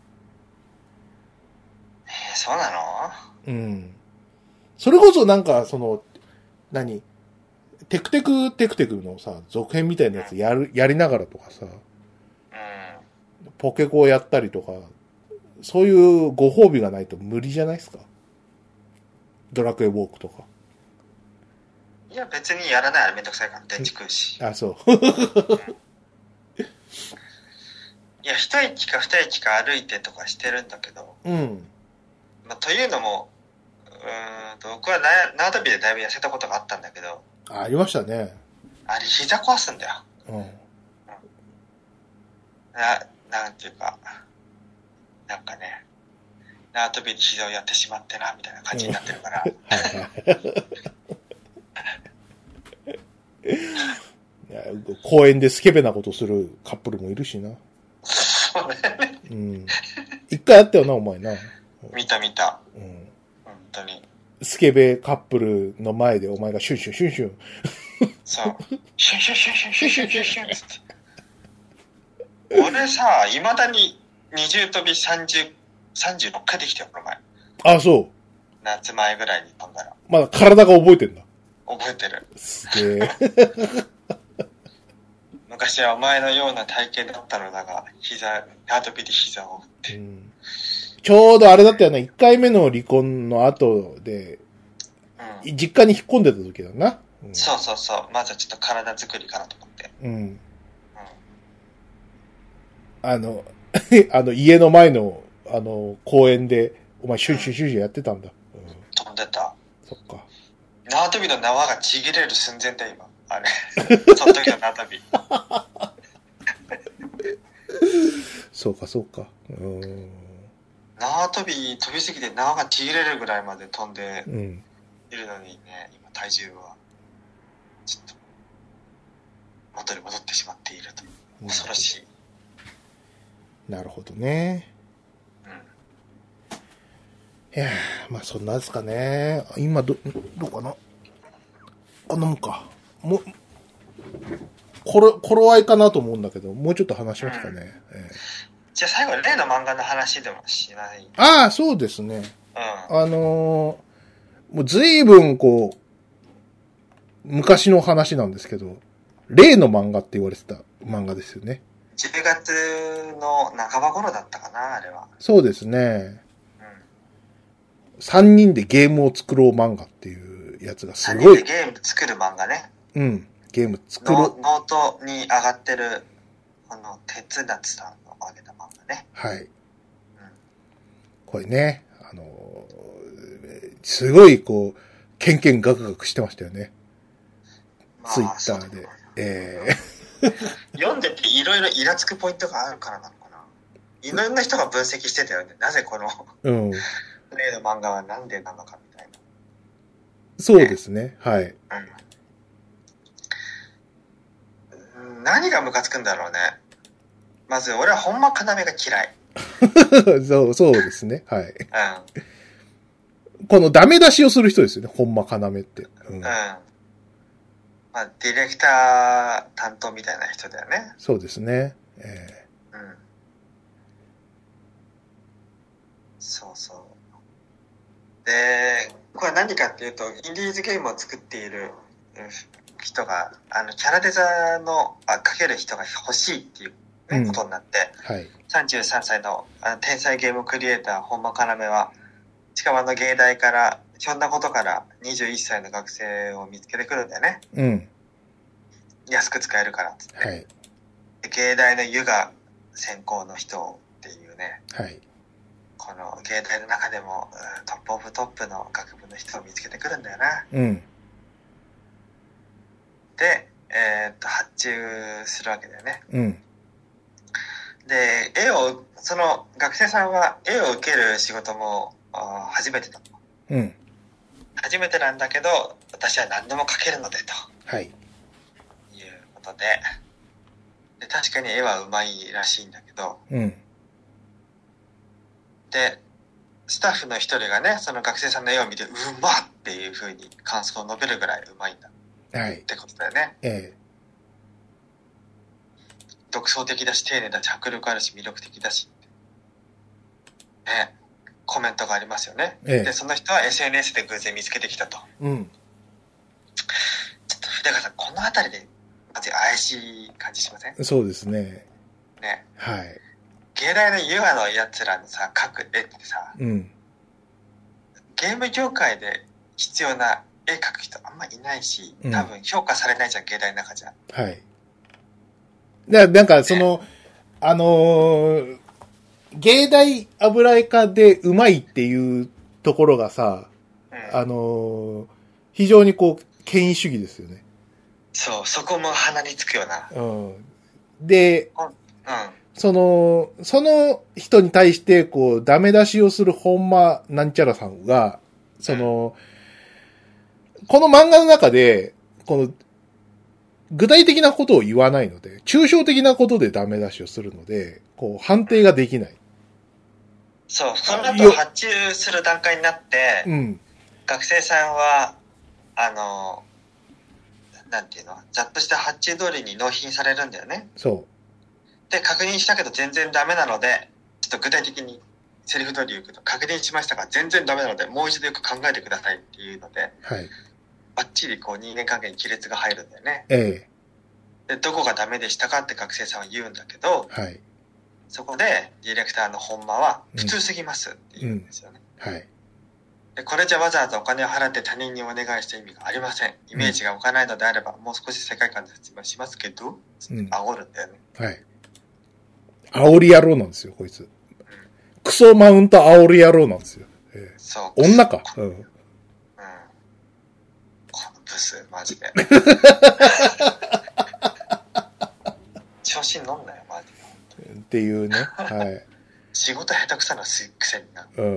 えー、そうなの？ うん。それこそなんか、その、何テクテクテクテクのさ、続編みたいなやつやる、やりながらとかさ、うん、ポケコをやったりとか、そういうご褒美がないと無理じゃないですか。ドラクエウォークとか。 いや、別にやらない。あれめんどくさいから、電池食うし。 あ、そう。うん、いや、一駅か二駅か歩いてとかしてるんだけど。うん。まあ、というのも、うーんと、僕は縄跳びでだいぶ痩せたことがあったんだけど。 あ、ありましたね。 あれ、膝壊すんだよ。うん。うん、な、なんていうか、なんかね、 縄跳びで膝をやってしまってな、みたいな感じになってるから。 公園でスケベなことするカップルもいるしな。 そうね。 うん。一回やったよな、お前な。 見た見た。 うん。 本当に。 スケベカップルの前でお前がシュンシュンシュンシュン。 そう。シュンシュンシュンシュンシュンシュンシュンシュンって。俺さ、未だに二重跳び三十、三十六回できたよ、この前。 あ、そう。 夏前ぐらいに飛んだら。 まだ体が覚えてんだ。 覚えてる。 すげえ。 昔はお前のような体型だったのだが、膝、縄跳びで膝を打って、うん。 ちょうどあれだったよね、一回目の離婚の後で、うん、実家に引っ込んでた時だな、 うん。そうそうそう。まずはちょっと体作りからと思って。 うん。うん、あの、あの家の前の、あの、公園で、お前シュンシュンシュンシュンやってたんだ。うん、 飛んでた。 そっか。 縄跳びの縄がちぎれる寸前だ今。あれ。その時の縄跳び。 そうか、そうか。うん。 縄跳び、飛びすぎて縄がちぎれるぐらいまで飛んでいるのにね、今体重は、ちょっと、元に戻ってしまっていると。恐ろしい。 なるほどね。 うん。 いやー、まあそんなですかね。今ど、どうかな。あんなもんか。もう、これ、頃合いかなと思うんだけど、もうちょっと話しますかね。うん、えー、 じゃあ最後、例の漫画の話でもしない？ ああ、そうですね。 うん。 あのー、もう随分こう、昔の話なんですけど、例の漫画って言われてた漫画ですよね。 じゅうがつの半ば頃だったかな、あれは。 そうですね。うん。さんにんでゲームを作ろう漫画っていうやつがすごい。 さんにんでゲーム作る漫画ね。 うん。ゲーム作ろう。ノートに上がってる、あの、鉄夏さんの上げた漫画ね。 はい。うん。これね、あのー、すごいこう、ケンケンガクガクしてましたよね。まあ、ツイッターで。えー、読んでていろいろイラつくポイントがあるからなのかな。いろんな人が分析してたよね。なぜこの、うん。例の漫画はなんでなのかみたいな。 そうですね。ね、はい。 うん。何がムカつくんだろうね。まず、俺は本間要が嫌い。 そう、そうですね。はい。 うん。 このダメ出しをする人ですよね。本間要って。うん。うん。まあ、ディレクター担当みたいな人だよね。 そうですね。えー、うん。そうそう。で、これ何かっていうと、インディーズゲームを作っている人が、あの、キャラデザの、あ、かける人が欲しいっていう、ね、うん、ことになって、はい、さんじゅうさんさいのあの天才ゲームクリエイター本間要は、近場の芸大から、ひょんなことからにじゅういっさいの学生を見つけてくるんだよね。 うん。 安く使えるからっつって。 はい。 芸大の湯が専攻の人っていうね。 はい。 この芸大の中でもトップオブトップの学部の人を見つけてくるんだよな。 うん。 で、えー、っと、発注するわけだよね。 うん。 で、絵を、その学生さんは絵を受ける仕事も初めてだと。 うん。 初めてなんだけど、私は何でも描けるのでと。 はい。 いうことで、で確かに絵は上手いらしいんだけど、 うん。 で、スタッフの一人がね、その学生さんの絵を見て、うまっっていう風に感想を述べるぐらいうまいんだ。 はい。 ってことだよね。 ええ。 独創的だし、丁寧だし、迫力あるし、魅力的だし。ね。コメントがありますよね。ええ、で、その人は エスエヌエス で偶然見つけてきたと。 うん。 ちょっと、筆川さん、この辺りで、まず怪しい感じしません？ そうですね。 ね。 はい。 芸大のユアのやつらのさ、描く絵ってさ、 うん、 ゲーム業界で必要な絵描く人あんまいないし、多分評価されないじゃん、芸大の中じゃ。 はい。だなんか、その、ね、あのー、芸大油絵科でうまいっていうところがさ、うん、あのー、非常にこう、権威主義ですよね。 そう、そこも鼻につくよな。 うん。で、 うん、 その、その人に対して、こう、ダメ出しをする本間なんちゃらさんが、その、うん、この漫画の中で、この、具体的なことを言わないので、抽象的なことでダメ出しをするので、こう、判定ができない。 そう、その後発注する段階になって、うん、学生さんは、あの、なんていうの、ざっとした発注通りに納品されるんだよね。 そう。 で、確認したけど全然ダメなので、ちょっと具体的にセリフ通り言うけど、確認しましたが全然ダメなので、もう一度よく考えてくださいっていうので、 はい。 バッチリこう人間関係に亀裂が入るんだよね。 ええ。で、どこがダメでしたかって学生さんは言うんだけど、 はい。 そこでディレクターの本間は普通すぎますって言うんですよね。 うんうん、はい。 で、これじゃわざわざお金を払って他人にお願いした意味がありません。イメージが湧かないのであれば、うん、もう少し世界観で説明しますけど、うん、煽るんだよね。 はい。煽り野郎なんですよ、こいつ。うん、クソマウント煽り野郎なんですよ。えー、 そう。 女か。うん。うん。 このブス、マジで。調子に乗んなよ、マジで。っていうね。はい。 仕事下手くそなくせにな。 うん。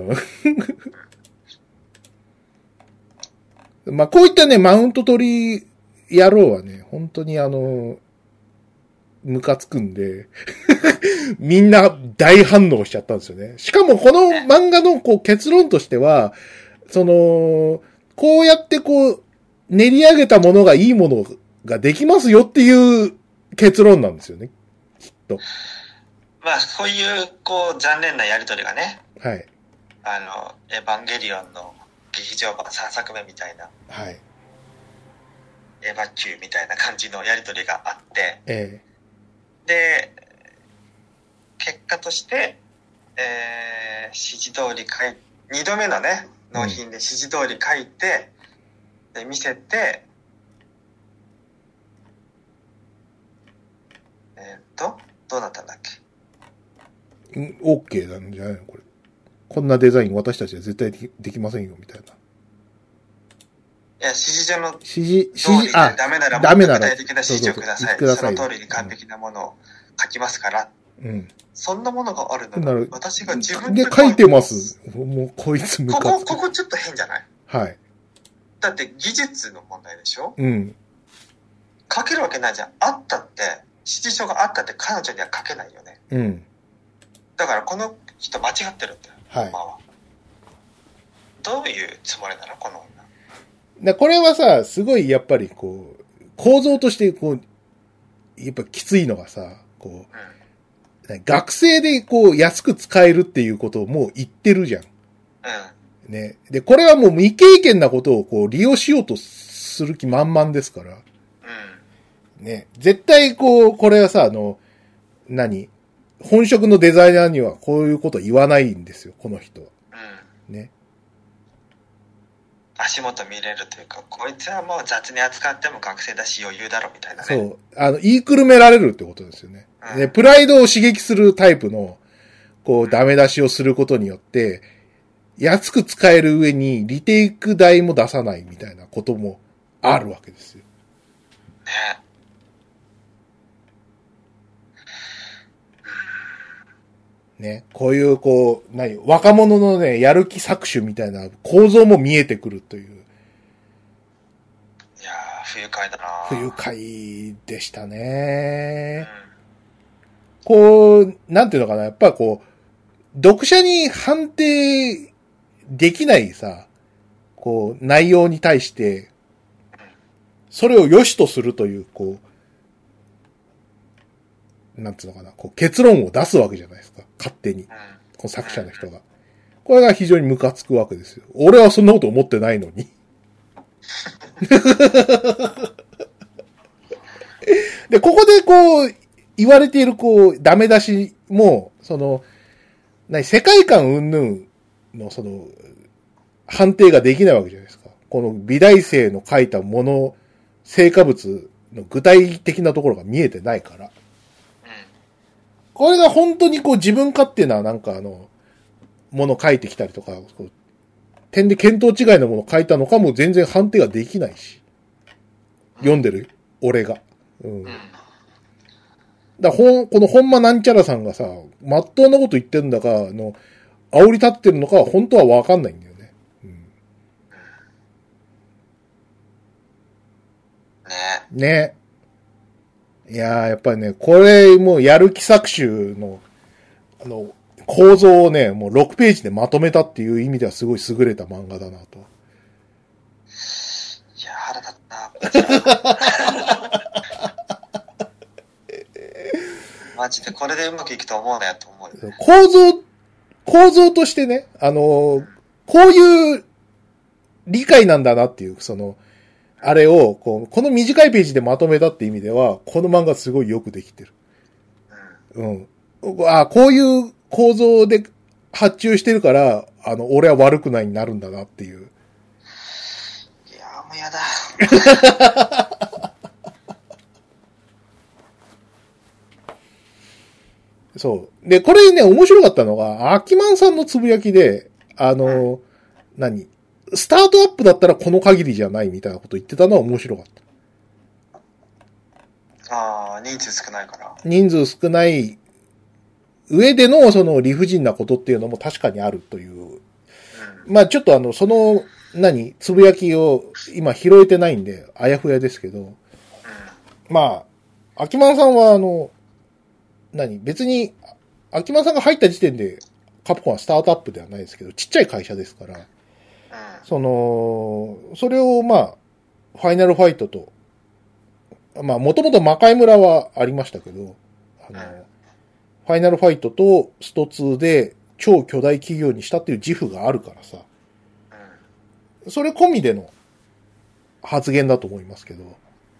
まあ、こういったね、マウント取り野郎はね、本当にあの、ムカつくんで、みんな大反応しちゃったんですよね。しかもこの漫画のこう結論としては、その、こうやってこう、練り上げたものがいいものができますよっていう結論なんですよね。きっと。 まあ、そういう、こう、残念なやりとりがね。 はい。 あの、エヴァンゲリオンの劇場版さんさくめみたいな。 はい。 エヴァ級みたいな感じのやりとりがあって。 ええ。 で、結果として、えー、指示通り書い、二度目のね、納品で指示通り書いて、うん、で、見せて、えー、っと、どうなったんだっけ？ オッケーなんじゃないのこれ。こんなデザイン私たちは絶対で き, できませんよ、みたいな。いや、指示上の指示、指示、あ、ダメならもっと具体的な指示をください。 そうそうそうその通りに完璧なものを書きますから。 うん。 そんなものがあるのに、私が自分で書いてます。もう、こいつムカつく。 ここ、ここちょっと変じゃない？ はい。 だって技術の問題でしょ？ うん。 書けるわけないじゃん。あったって、指示書があったって彼女には書けないよね。 うん。 だからこの人間違ってるんだよ。 はい。 まあ、どういうつもりなのこの女。でこれはさ、すごいやっぱりこう、構造としてこう、やっぱきついのがさ、こう、うん、学生でこう安く使えるっていうことをもう言ってるじゃん。 うん。 ね。で、これはもう未経験なことをこう利用しようとする気満々ですから。 うん。 ね。絶対こう、これはさ、あの、何？本職のデザイナーにはこういうこと言わないんですよ、この人は。 うん。 ね。 足元見れるというか、こいつはもう雑に扱っても学生だし余裕だろみたいなね。 そう。あの、言いくるめられるってことですよね。うん、で、プライドを刺激するタイプの、こう、ダメ出しをすることによって、安く使える上にリテイク代も出さないみたいなこともあるわけですよ。 ね。 ね。こういう、こう、何、若者のね、やる気搾取みたいな構造も見えてくるという。いやー、不愉快だな。 不愉快でしたね、うん。こう、なんていうのかな、やっぱこう、読者に判定できないさ、こう、内容に対して、それを良しとするという、こう、なんつうのかな、こう結論を出すわけじゃないですか。勝手に。この作者の人が。これが非常にムカつくわけですよ。俺はそんなこと思ってないのに。で、ここでこう、言われているこう、ダメ出しも、その、何、世界観云々のその、判定ができないわけじゃないですか。この美大生の書いたもの、成果物の具体的なところが見えてないから。これが本当にこう自分勝手ななんかあの、もの書いてきたりとか、こう点で見当違いのもの書いたのかも全然判定ができないし。読んでる俺が。うん。 だほん、このほんまなんちゃらさんがさ、まっとうなこと言ってるんだか、あの、煽り立ってるのかは本当はわかんないんだよね。うん、ね。ね。いやー、やっぱりね、これもうやる気搾取の、あの、構造をね、もうろくページでまとめたっていう意味ではすごい優れた漫画だなと。 いや、腹立ったな。マジでこれでうまくいくと思うなよと思う、ね。 構造、構造としてね、あのー、こういう理解なんだなっていう、その、あれを、こう、この短いページでまとめたって意味では、この漫画すごいよくできてる。うん。うん。あ、こういう構造で発注してるから、あの、俺は悪くないになるんだなっていう。 いやーもうやだ。 そう。で、これね、面白かったのが、アキマンさんのつぶやきで、あの、うん、何スタートアップだったらこの限りじゃないみたいなこと言ってたのは面白かった。 ああ、人数少ないから。 人数少ない上でのその理不尽なことっていうのも確かにあるという。うん、まあちょっとあの、その、何つぶやきを今拾えてないんで、あやふやですけど。うん、まあ、アキマンさんはあの、何別に、秋間さんが入った時点で、カプコンはスタートアップではないですけど、ちっちゃい会社ですから、うん、その、それをまあ、ファイナルファイトと、まあ、もともと魔界村はありましたけど、あの、うん、ファイナルファイトとストツーで超巨大企業にしたっていう自負があるからさ、うん、それ込みでの発言だと思いますけど、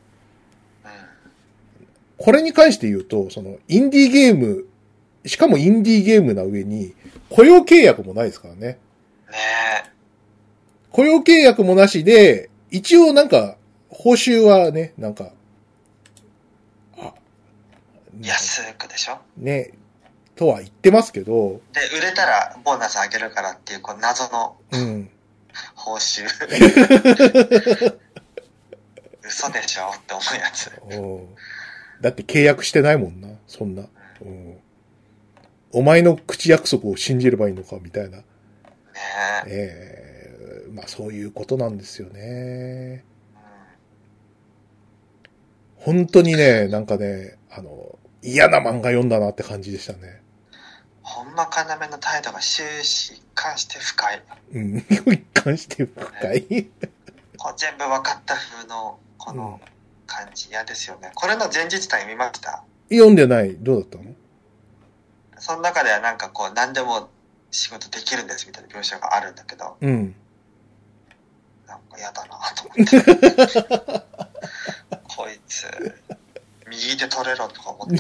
これに関して言うと、その、インディーゲーム、しかもインディーゲームな上に、雇用契約もないですからね。ねえ。 雇用契約もなしで、一応なんか、報酬はね、なんか、 あ、安くでしょね、とは言ってますけど。 で、売れたらボーナスあげるからっていう、こう、謎の、うん。報酬。嘘でしょって思うやつ。 だって契約してないもんな、そんな。うん、お前の口約束を信じればいいのか、みたいな。ねえ。えー、まあそういうことなんですよね。うん、本当にね、なんかね、あの、嫌な漫画読んだなって感じでしたね。 ほんま要の態度が終始一貫して深い。 うん、一貫して深い。ね、 こう全部分かった風の、この、うん感じ嫌ですよね。これの前日談見ました？ 読んでない。どうだったの？ その中ではなんかこう何でも仕事できるんですみたいな描写があるんだけど、うん、なんか嫌だなと思ってこいつ右手取れろとか思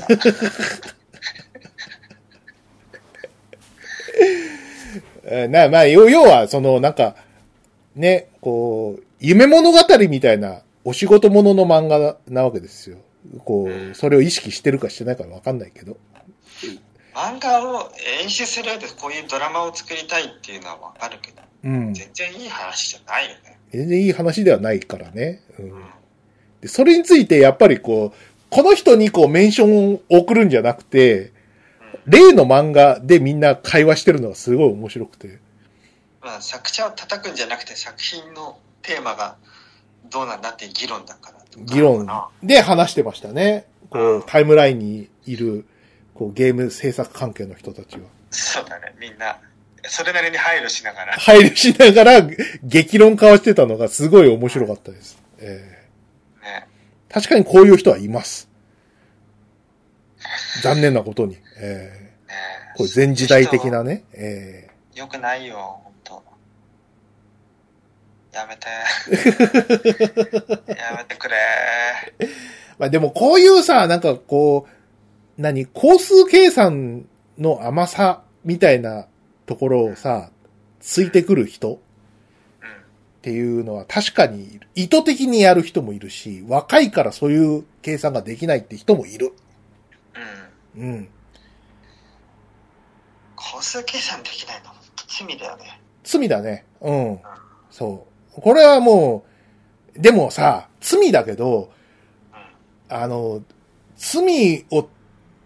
ったな、まあ要はそのなんかね、こう夢物語みたいなお仕事ものの漫画なわけですよ。こう、それを意識してるかしてないかわかんないけど。 漫画を演出する上でこういうドラマを作りたいっていうのはわかるけど、うん、全然いい話じゃないよね。 全然いい話ではないからね。うん、でそれについてやっぱりこう、この人にこうメンションを送るんじゃなくて、うん、例の漫画でみんな会話してるのがすごい面白くて。 まあ作者を叩くんじゃなくて作品のテーマがどうなんだっていう議論だから。 議論で話してましたね。こう、タイムラインにいる、こう、ゲーム制作関係の人たちは。 そうだね、みんな。それなりに配慮しながら。 配慮しながら、激論交わしてたのがすごい面白かったです。えーね、確かにこういう人はいます。残念なことに。えーね、これ全時代的なね。えー、よくないよ。やめて。やめてくれ。 まあでもこういうさ、なんかこう、何、工数計算の甘さみたいなところをさ、ついてくる人っていうのは確かに意図的にやる人もいるし、若いからそういう計算ができないって人もいる。うん。うん。 工数計算できないの罪だよね。 罪だね。うん。うん、そう。これはもう、でもさ、罪だけど、あの、罪を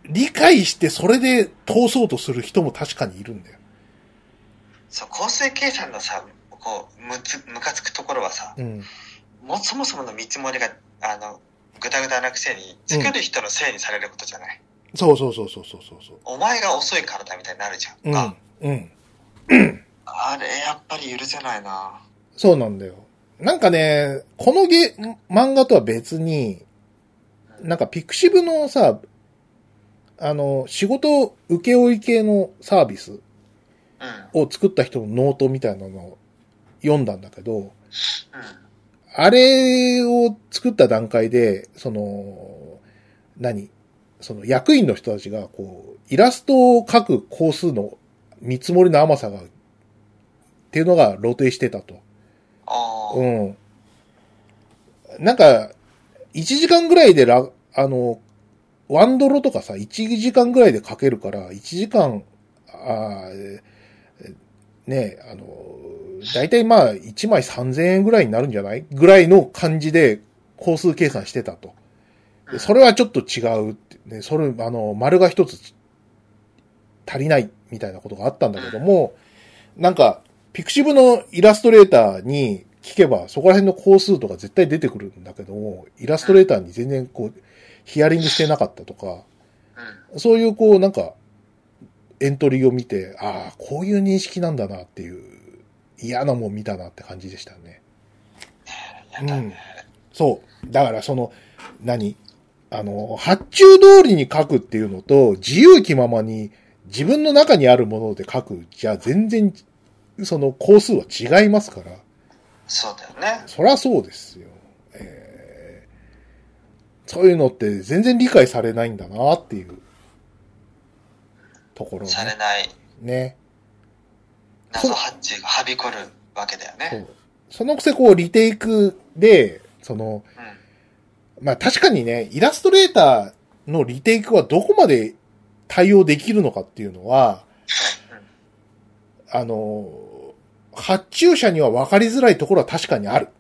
理解してそれで通そうとする人も確かにいるんだよ。 そう、構成計算のさ、こう、むつ、むかつくところはさ、うん、もうそもそもの見積もりが、あの、ぐだぐだなくせに、作る人のせいにされることじゃない。 うん、そうそうそうそうそうそう。 お前が遅いからだみたいになるじゃん。 うん。うん。 あれ、やっぱり許せないな。 そうなんだよ。なんかね、このゲ、漫画とは別に、なんかピクシブのさ、あの、仕事請負系のサービスを作った人のノートみたいなのを読んだんだけど、うん、あれを作った段階で、その、何その役員の人たちが、こう、イラストを描く工数の見積もりの甘さが、っていうのが露呈してたと。うん。なんか、いちじかんぐらいでラ、あの、ワンドロとかさ、いちじかんぐらいで描けるから、いちじかん、あねあの、だいたいまあ、いちまいさんぜんえんぐらいになるんじゃないぐらいの感じで、工数計算してたと。でそれはちょっと違うって、ね、それ、あの、丸が一つ足りないみたいなことがあったんだけども、なんか、ピクシブのイラストレーターに聞けば、そこら辺の工数とか絶対出てくるんだけども、イラストレーターに全然こう、ヒアリングしてなかったとか、そういうこう、なんか、エントリーを見て、ああ、こういう認識なんだなっていう、嫌なもん見たなって感じでしたね。うん。そう。だからその、何あの、発注通りに書くっていうのと、自由気ままに自分の中にあるもので書くじゃ全然、その工数は違いますから。 そうだよね。 そりゃそうですよ。えー、そういうのって全然理解されないんだなっていうところ、ね。 されない。 ね。 謎発注がはびこるわけだよね。 そう。そのくせこうリテイクで、その、うん、まあ確かにね、イラストレーターのリテイクはどこまで対応できるのかっていうのは、うん、あの、発注者には分かりづらいところは確かにある。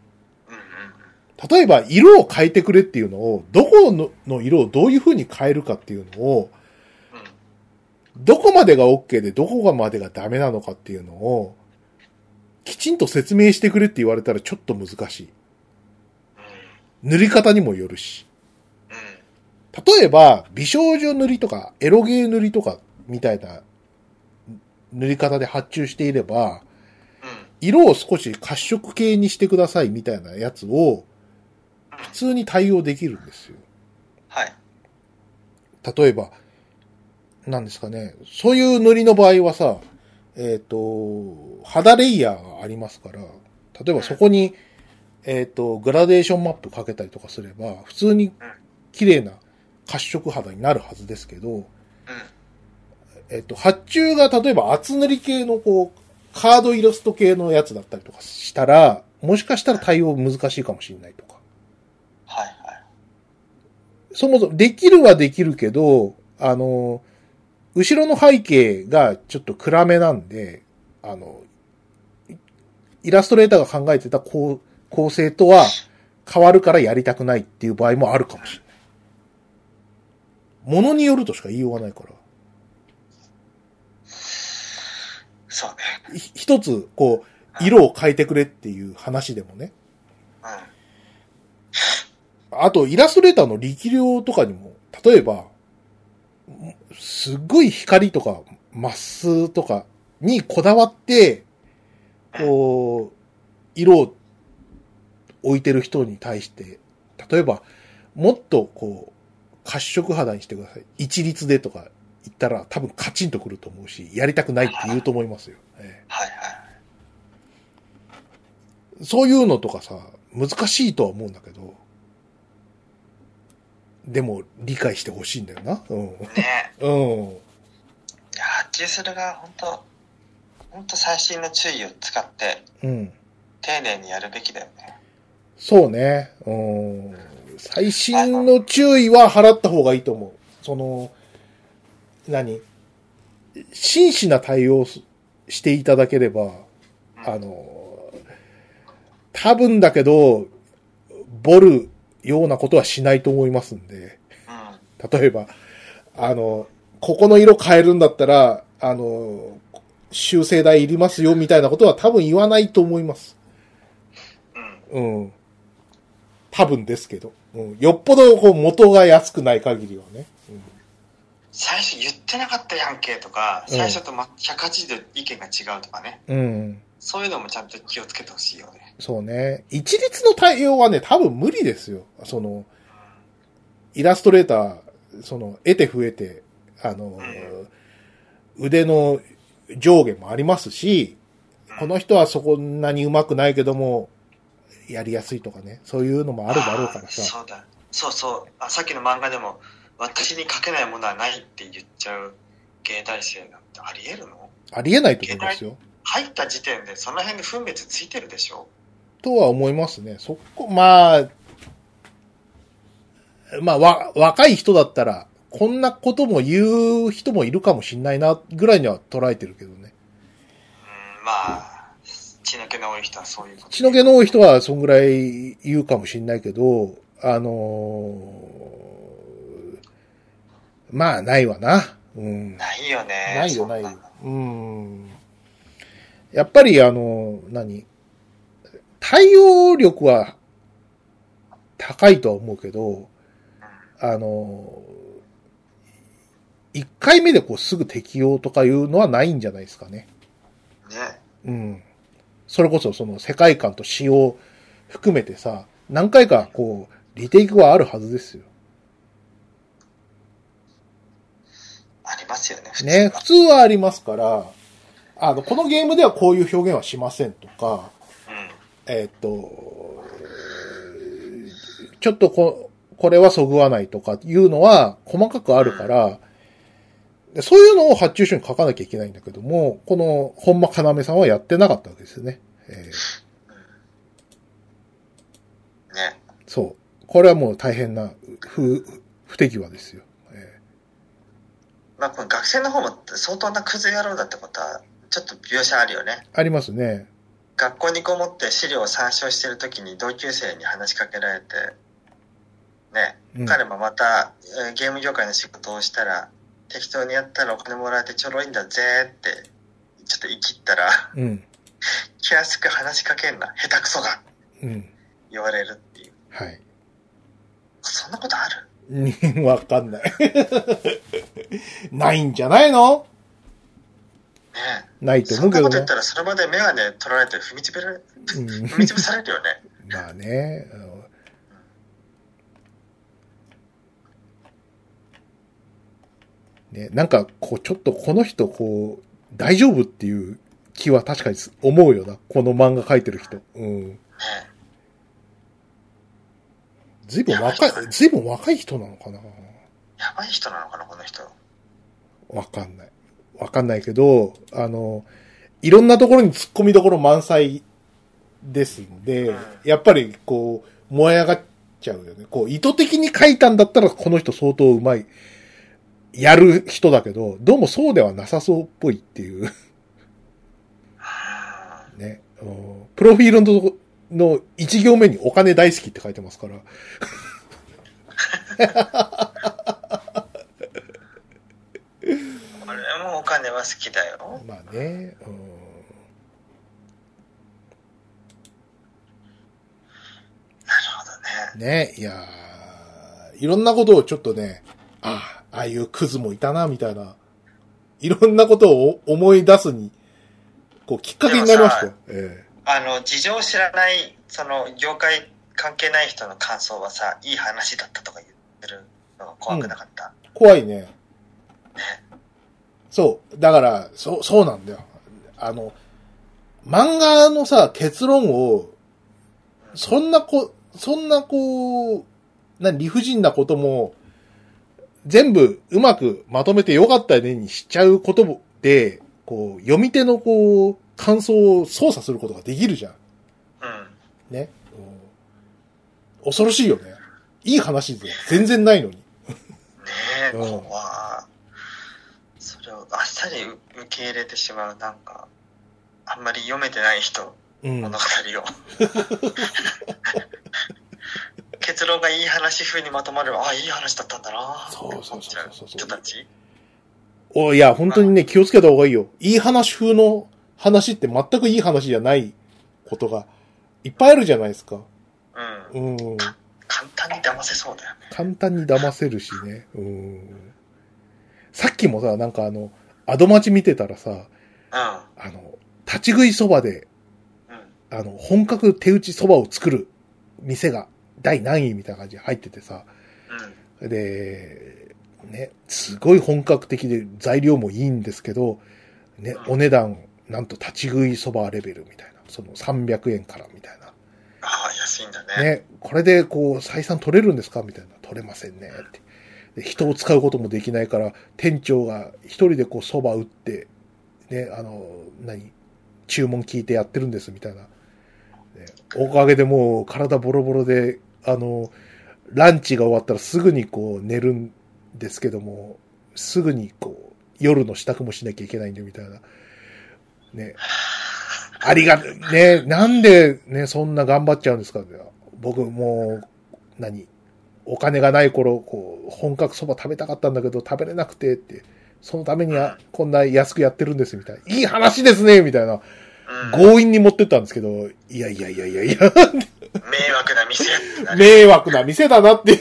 例えば、色を変えてくれっていうのを、どこの色をどういう風に変えるかっていうのを、どこまでが OK でどこまでがダメなのかっていうのを、きちんと説明してくれって言われたらちょっと難しい。塗り方にもよるし。例えば、美少女塗りとか、エロゲー塗りとか、みたいな塗り方で発注していれば、色を少し褐色系にしてくださいみたいなやつを、普通に対応できるんですよ。 はい。 例えば、なんですかね。そういう塗りの場合はさ、えっと、肌レイヤーがありますから、例えばそこに、えっと、グラデーションマップかけたりとかすれば、普通に綺麗な褐色肌になるはずですけど、えっと、発注が例えば厚塗り系のこう、カードイラスト系のやつだったりとかしたら、もしかしたら対応難しいかもしれないとか。 はいはい。 そもそも、できるはできるけど、あの、後ろの背景がちょっと暗めなんで、あの、イラストレーターが考えてた構構成とは変わるからやりたくないっていう場合もあるかもしれない。ものによるとしか言いようがないから。 そうね。 一つ、こう、色を変えてくれっていう話でもね。うん。あと、イラストレーターの力量とかにも、例えば、すっごい光とか、マスとかにこだわって、こう、色を置いてる人に対して、例えば、もっとこう、褐色肌にしてください。一律でとか言ったら多分カチンとくると思うし、やりたくないって言うと思いますよ。 はいはい。 そういうのとかさ、難しいとは思うんだけど、でも理解してほしいんだよな。うん。 ね。 うん。 いや、発注するが本当本当細心の注意を使って、うん。丁寧にやるべきだよね。 そうね。うん。細心の注意は払った方がいいと思う。その、何真摯な対応していただければ、うん、あの、多分だけど、ボるようなことはしないと思いますんで。うん、例えば、 あの、ここの色変えるんだったら、あの、修正代いりますよみたいなことは多分言わないと思います。うん。うん。多分ですけど。うん、よっぽどこう元が安くない限りはね。うん、 最初言ってなかったやんけとか、最初とひゃくはちじゅうど意見が違うとかね。うん。そういうのもちゃんと気をつけてほしいよね。 そうね。一律の対応はね、多分無理ですよ。その、イラストレーター、その、得て増えて、あの、うん、腕の上下もありますし、うん、この人はそんなに上手くないけども、やりやすいとかね、そういうのもあるだろうからさ。 そうだ。そうそう。あ、さっきの漫画でも、私に書けないものはないって言っちゃう芸大生なんてあり得るの？ あり得ないと思いますよ。 入った時点でその辺で分別ついてるでしょ？ とは思いますね。そこ、まあ、まあ、わ、若い人だったら、こんなことも言う人もいるかもしんないな、ぐらいには捉えてるけどね。 うん、まあ、血の気の多い人はそういうこと。 血の気の多い人はそんぐらい言うかもしんないけど、あのー、まあ、ないわな。うん。 ないよね。 ないよ、ないよ。うん。やっぱりあの、何対応力は高いとは思うけど、あの、一回目でこうすぐ適用とかいうのはないんじゃないですかね。 ね。 うん。それこそその世界観と仕様含めてさ、何回かこう、リテイクはあるはずですよ。 ありますよね、 普通は。ね、普通はありますから、あの、このゲームではこういう表現はしませんとか、うん、えー、っと、ちょっとこ、これはそぐわないとかいうのは細かくあるから、うん、そういうのを発注書に書かなきゃいけないんだけども、この本間要さんはやってなかったわけですよね。えー、ね。 そう。これはもう大変な不、不手際ですよ。えー、まあ、この学生の方も相当なクズ野郎だってことは、ちょっと描写あるよね。 ありますね。 学校にこもって資料を参照してるときに同級生に話しかけられて、ね、うん、彼もまたゲーム業界の仕事をしたら、適当にやったらお金もらえてちょろいんだぜって、ちょっと生きったら、うん、気安く話しかけんな、下手くそが、うん、言われるっていう。はい。そんなことある？わかんない。ないんじゃないの？ね、ないと思うけどね。 そんなこと言ったらその場でメガネ取られて踏みつぶられ、踏みつぶされるよね。 まあね。ね、なんか、こう、ちょっとこの人、こう、大丈夫っていう気は確かに思うよな。この漫画描いてる人。うん。ね、ずいぶん若い、ずいぶん若い人なのかな。やばい人なのかな、この人。 わかんない。わかんないけど、あの、いろんなところに突っ込みどころ満載ですんで、うん、やっぱりこう、燃え上がっちゃうよね。こう、意図的に書いたんだったらこの人相当うまい、やる人だけど、どうもそうではなさそうっぽいっていう。ね。プロフィールのの一行目にお金大好きって書いてますから。 俺もお金は好きだよ。 まあね。うん、 なるほどね。 ね。いやー、いろんなことをちょっとね、ああ、ああいうクズもいたな、みたいな。いろんなことを思い出すに、こう、きっかけになりましたよ。ええ。 あの、事情を知らない、その、業界関係ない人の感想はさ、いい話だったとか言ってるのが怖くなかった、 うん、怖いね。ね。そう。だから、そう、そうなんだよ。あの、漫画のさ、結論を、そんなこ、そんなこう、な、理不尽なことも、全部うまくまとめてよかったねにしちゃうことで、こう、読み手のこう、感想を操作することができるじゃん。うん。ね。恐ろしいよね。いい話で全然ないのに。ねえ、うん、怖それをあっさり受け入れてしまう、なんか、あんまり読めてない人、うん、物語を。結論がいい話話風にまとまれば、ああ、いい話だったんだな。 そうそうそうそうそう。 人たちお、いや、本当にね、気をつけた方がいいよ。いい話風の話って全くいい話じゃないことがいっぱいあるじゃないですか。 うん。 うん。 簡単に騙せそうだよね。 簡単に騙せるしね。うん。さっきもさ、なんかあの、アドマチ見てたらさ、うん。あの、立ち食いそばで、うん。あの、本格手打ちそばを作る店が第何位みたいな感じで入っててさ、うん。で、ね、すごい本格的で材料もいいんですけど、ね、うん、お値段、なんと立ち食いそばレベルみたいな。そのさんびゃくえんからみたいな。 ああ、安いんだね。 ね、これでこう、採算取れるんですかみたいな。取れませんね。って。で、人を使うこともできないから、店長が一人でこう、そば打って、ね、あの、何注文聞いてやってるんです、みたいな。ね、おかげでもう、体ボロボロで、あの、ランチが終わったらすぐにこう、寝るんですけども、すぐにこう、夜の支度もしなきゃいけないんで、みたいな。ね。ありが、ね、なんでね、そんな頑張っちゃうんですかね。僕もう、何お金がない頃、こう、本格そば食べたかったんだけど、食べれなくてって、そのためには、こんな安くやってるんです、みたいな。いい話ですね、みたいな。強引に持ってったんですけど、いやいやいやいやいや。 迷惑な店。 迷惑な店だなっていう。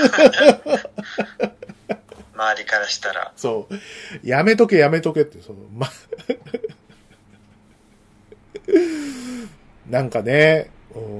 周りからしたら。 そう。やめとけやめとけって、その、ま、なんかね、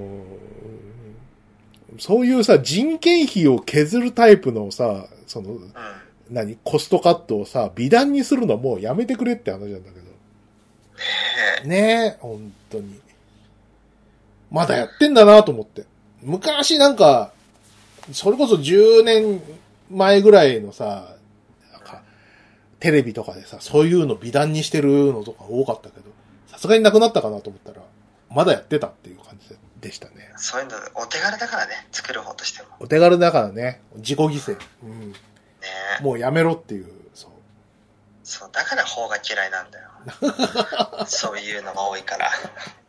そういうさ、人件費を削るタイプのさ、その、うん、何、コストカットをさ、美談にするのはもうやめてくれって話なんだけど。ねえ、本当に。まだやってんだなと思って。昔なんか、それこそじゅうねんまえぐらいのさ、なんか、テレビとかでさ、そういうの美談にしてるのとか多かったけど、さすがになくなったかなと思ったら、まだやってたっていう感じでしたね。 そういうの、お手軽だからね、作る方としても。 お手軽だからね、自己犠牲。うん。 ねえ。 もうやめろっていう、そう。 そう、だから方が嫌いなんだよ。そういうのが多いから。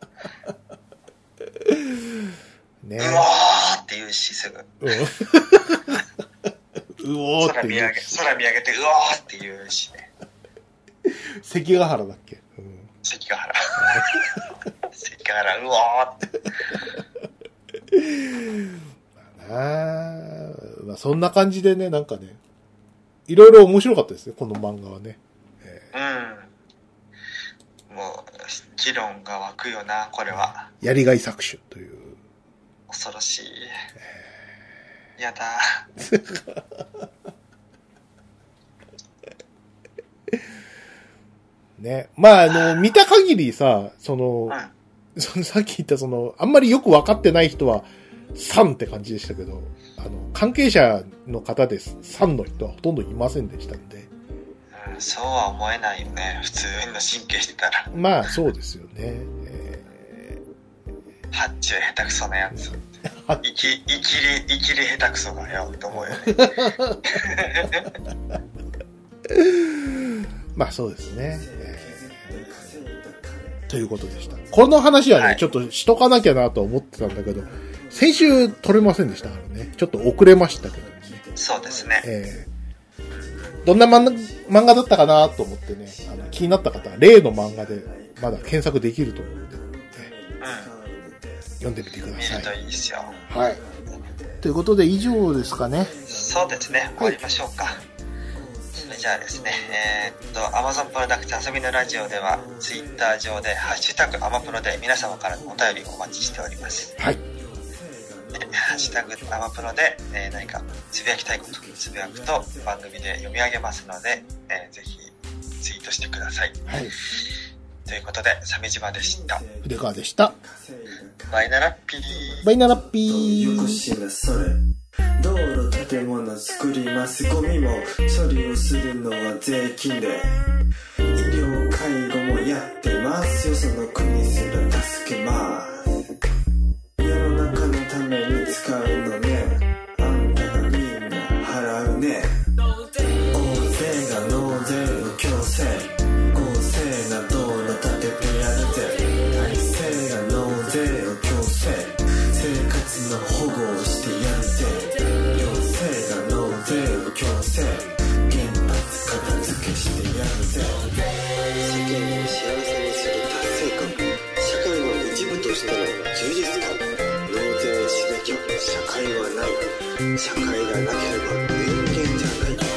ね、うわーって言うし、すぐ。うん、うおーって言う。空見上げ、空見上げて、うわーって言うしね。 関ヶ原だっけ、うん、 関ヶ原。関ヶ原、うわーって。 まあな、まあ、そんな感じでね、なんかね、いろいろ面白かったですね、この漫画はね。 えー、うん。もう、議論が湧くよな、これは。 やりがい搾取という。 恐ろしい。えー、やだ。 ね。まあ、あの、見た限りさ、その、うん、そのさっき言ったその、あんまりよく分かってない人は、さんって感じでしたけど、あの、関係者の方です。さんの人はほとんどいませんでしたんで。 うん、そうは思えないよね。普通の神経してたら。 まあ、そうですよね。えー、発注下手くそなやつ。生き、生きり、生きり下手くそだよ、と思うよね。 まあ、そうですね。えー、ということでした。この話はね、はい、ちょっとしとかなきゃなと思ってたんだけど、先週撮れませんでしたからね。ちょっと遅れましたけどね。 そうですね。 えー、どんな漫画だったかなと思ってね、あの気になった方は例の漫画でまだ検索できると思うので、ね、うん、読んでみてください。 見るといいですよ。 はい。ということで以上ですかね。 そうですね。終わりましょうか。はい、それじゃあですね、えー、っと Amazon プロダクツ遊びのラジオでは Twitter 上でハッシュタグアマプロで皆様からのお便りをお待ちしております。 はい。 ハッシュタグアマプロで、えー、何かつぶやきたいことつぶやくと番組で読み上げますので、えー、ぜひツイートしてください。 はい。 ということで鮫島でした。 筆川でした。 バイナラッピー。 バイナラッピー。 よこしなそれ。道路建物作りますゴミも処理をするのは税金で。医療介護もやってますよ。その国すら助けます。使うのね、あんたがみんな払うね。大勢が納税を強制、公正な道路建ててやるぜ。大勢が納税を強制、生活の保護をしてやるぜ。 ぜ、原発片付けしてやるぜ。世間を幸せにする達成感、社会の一部としての充実感。納税しなきゃ社会はない。社会がなければ人間じゃない。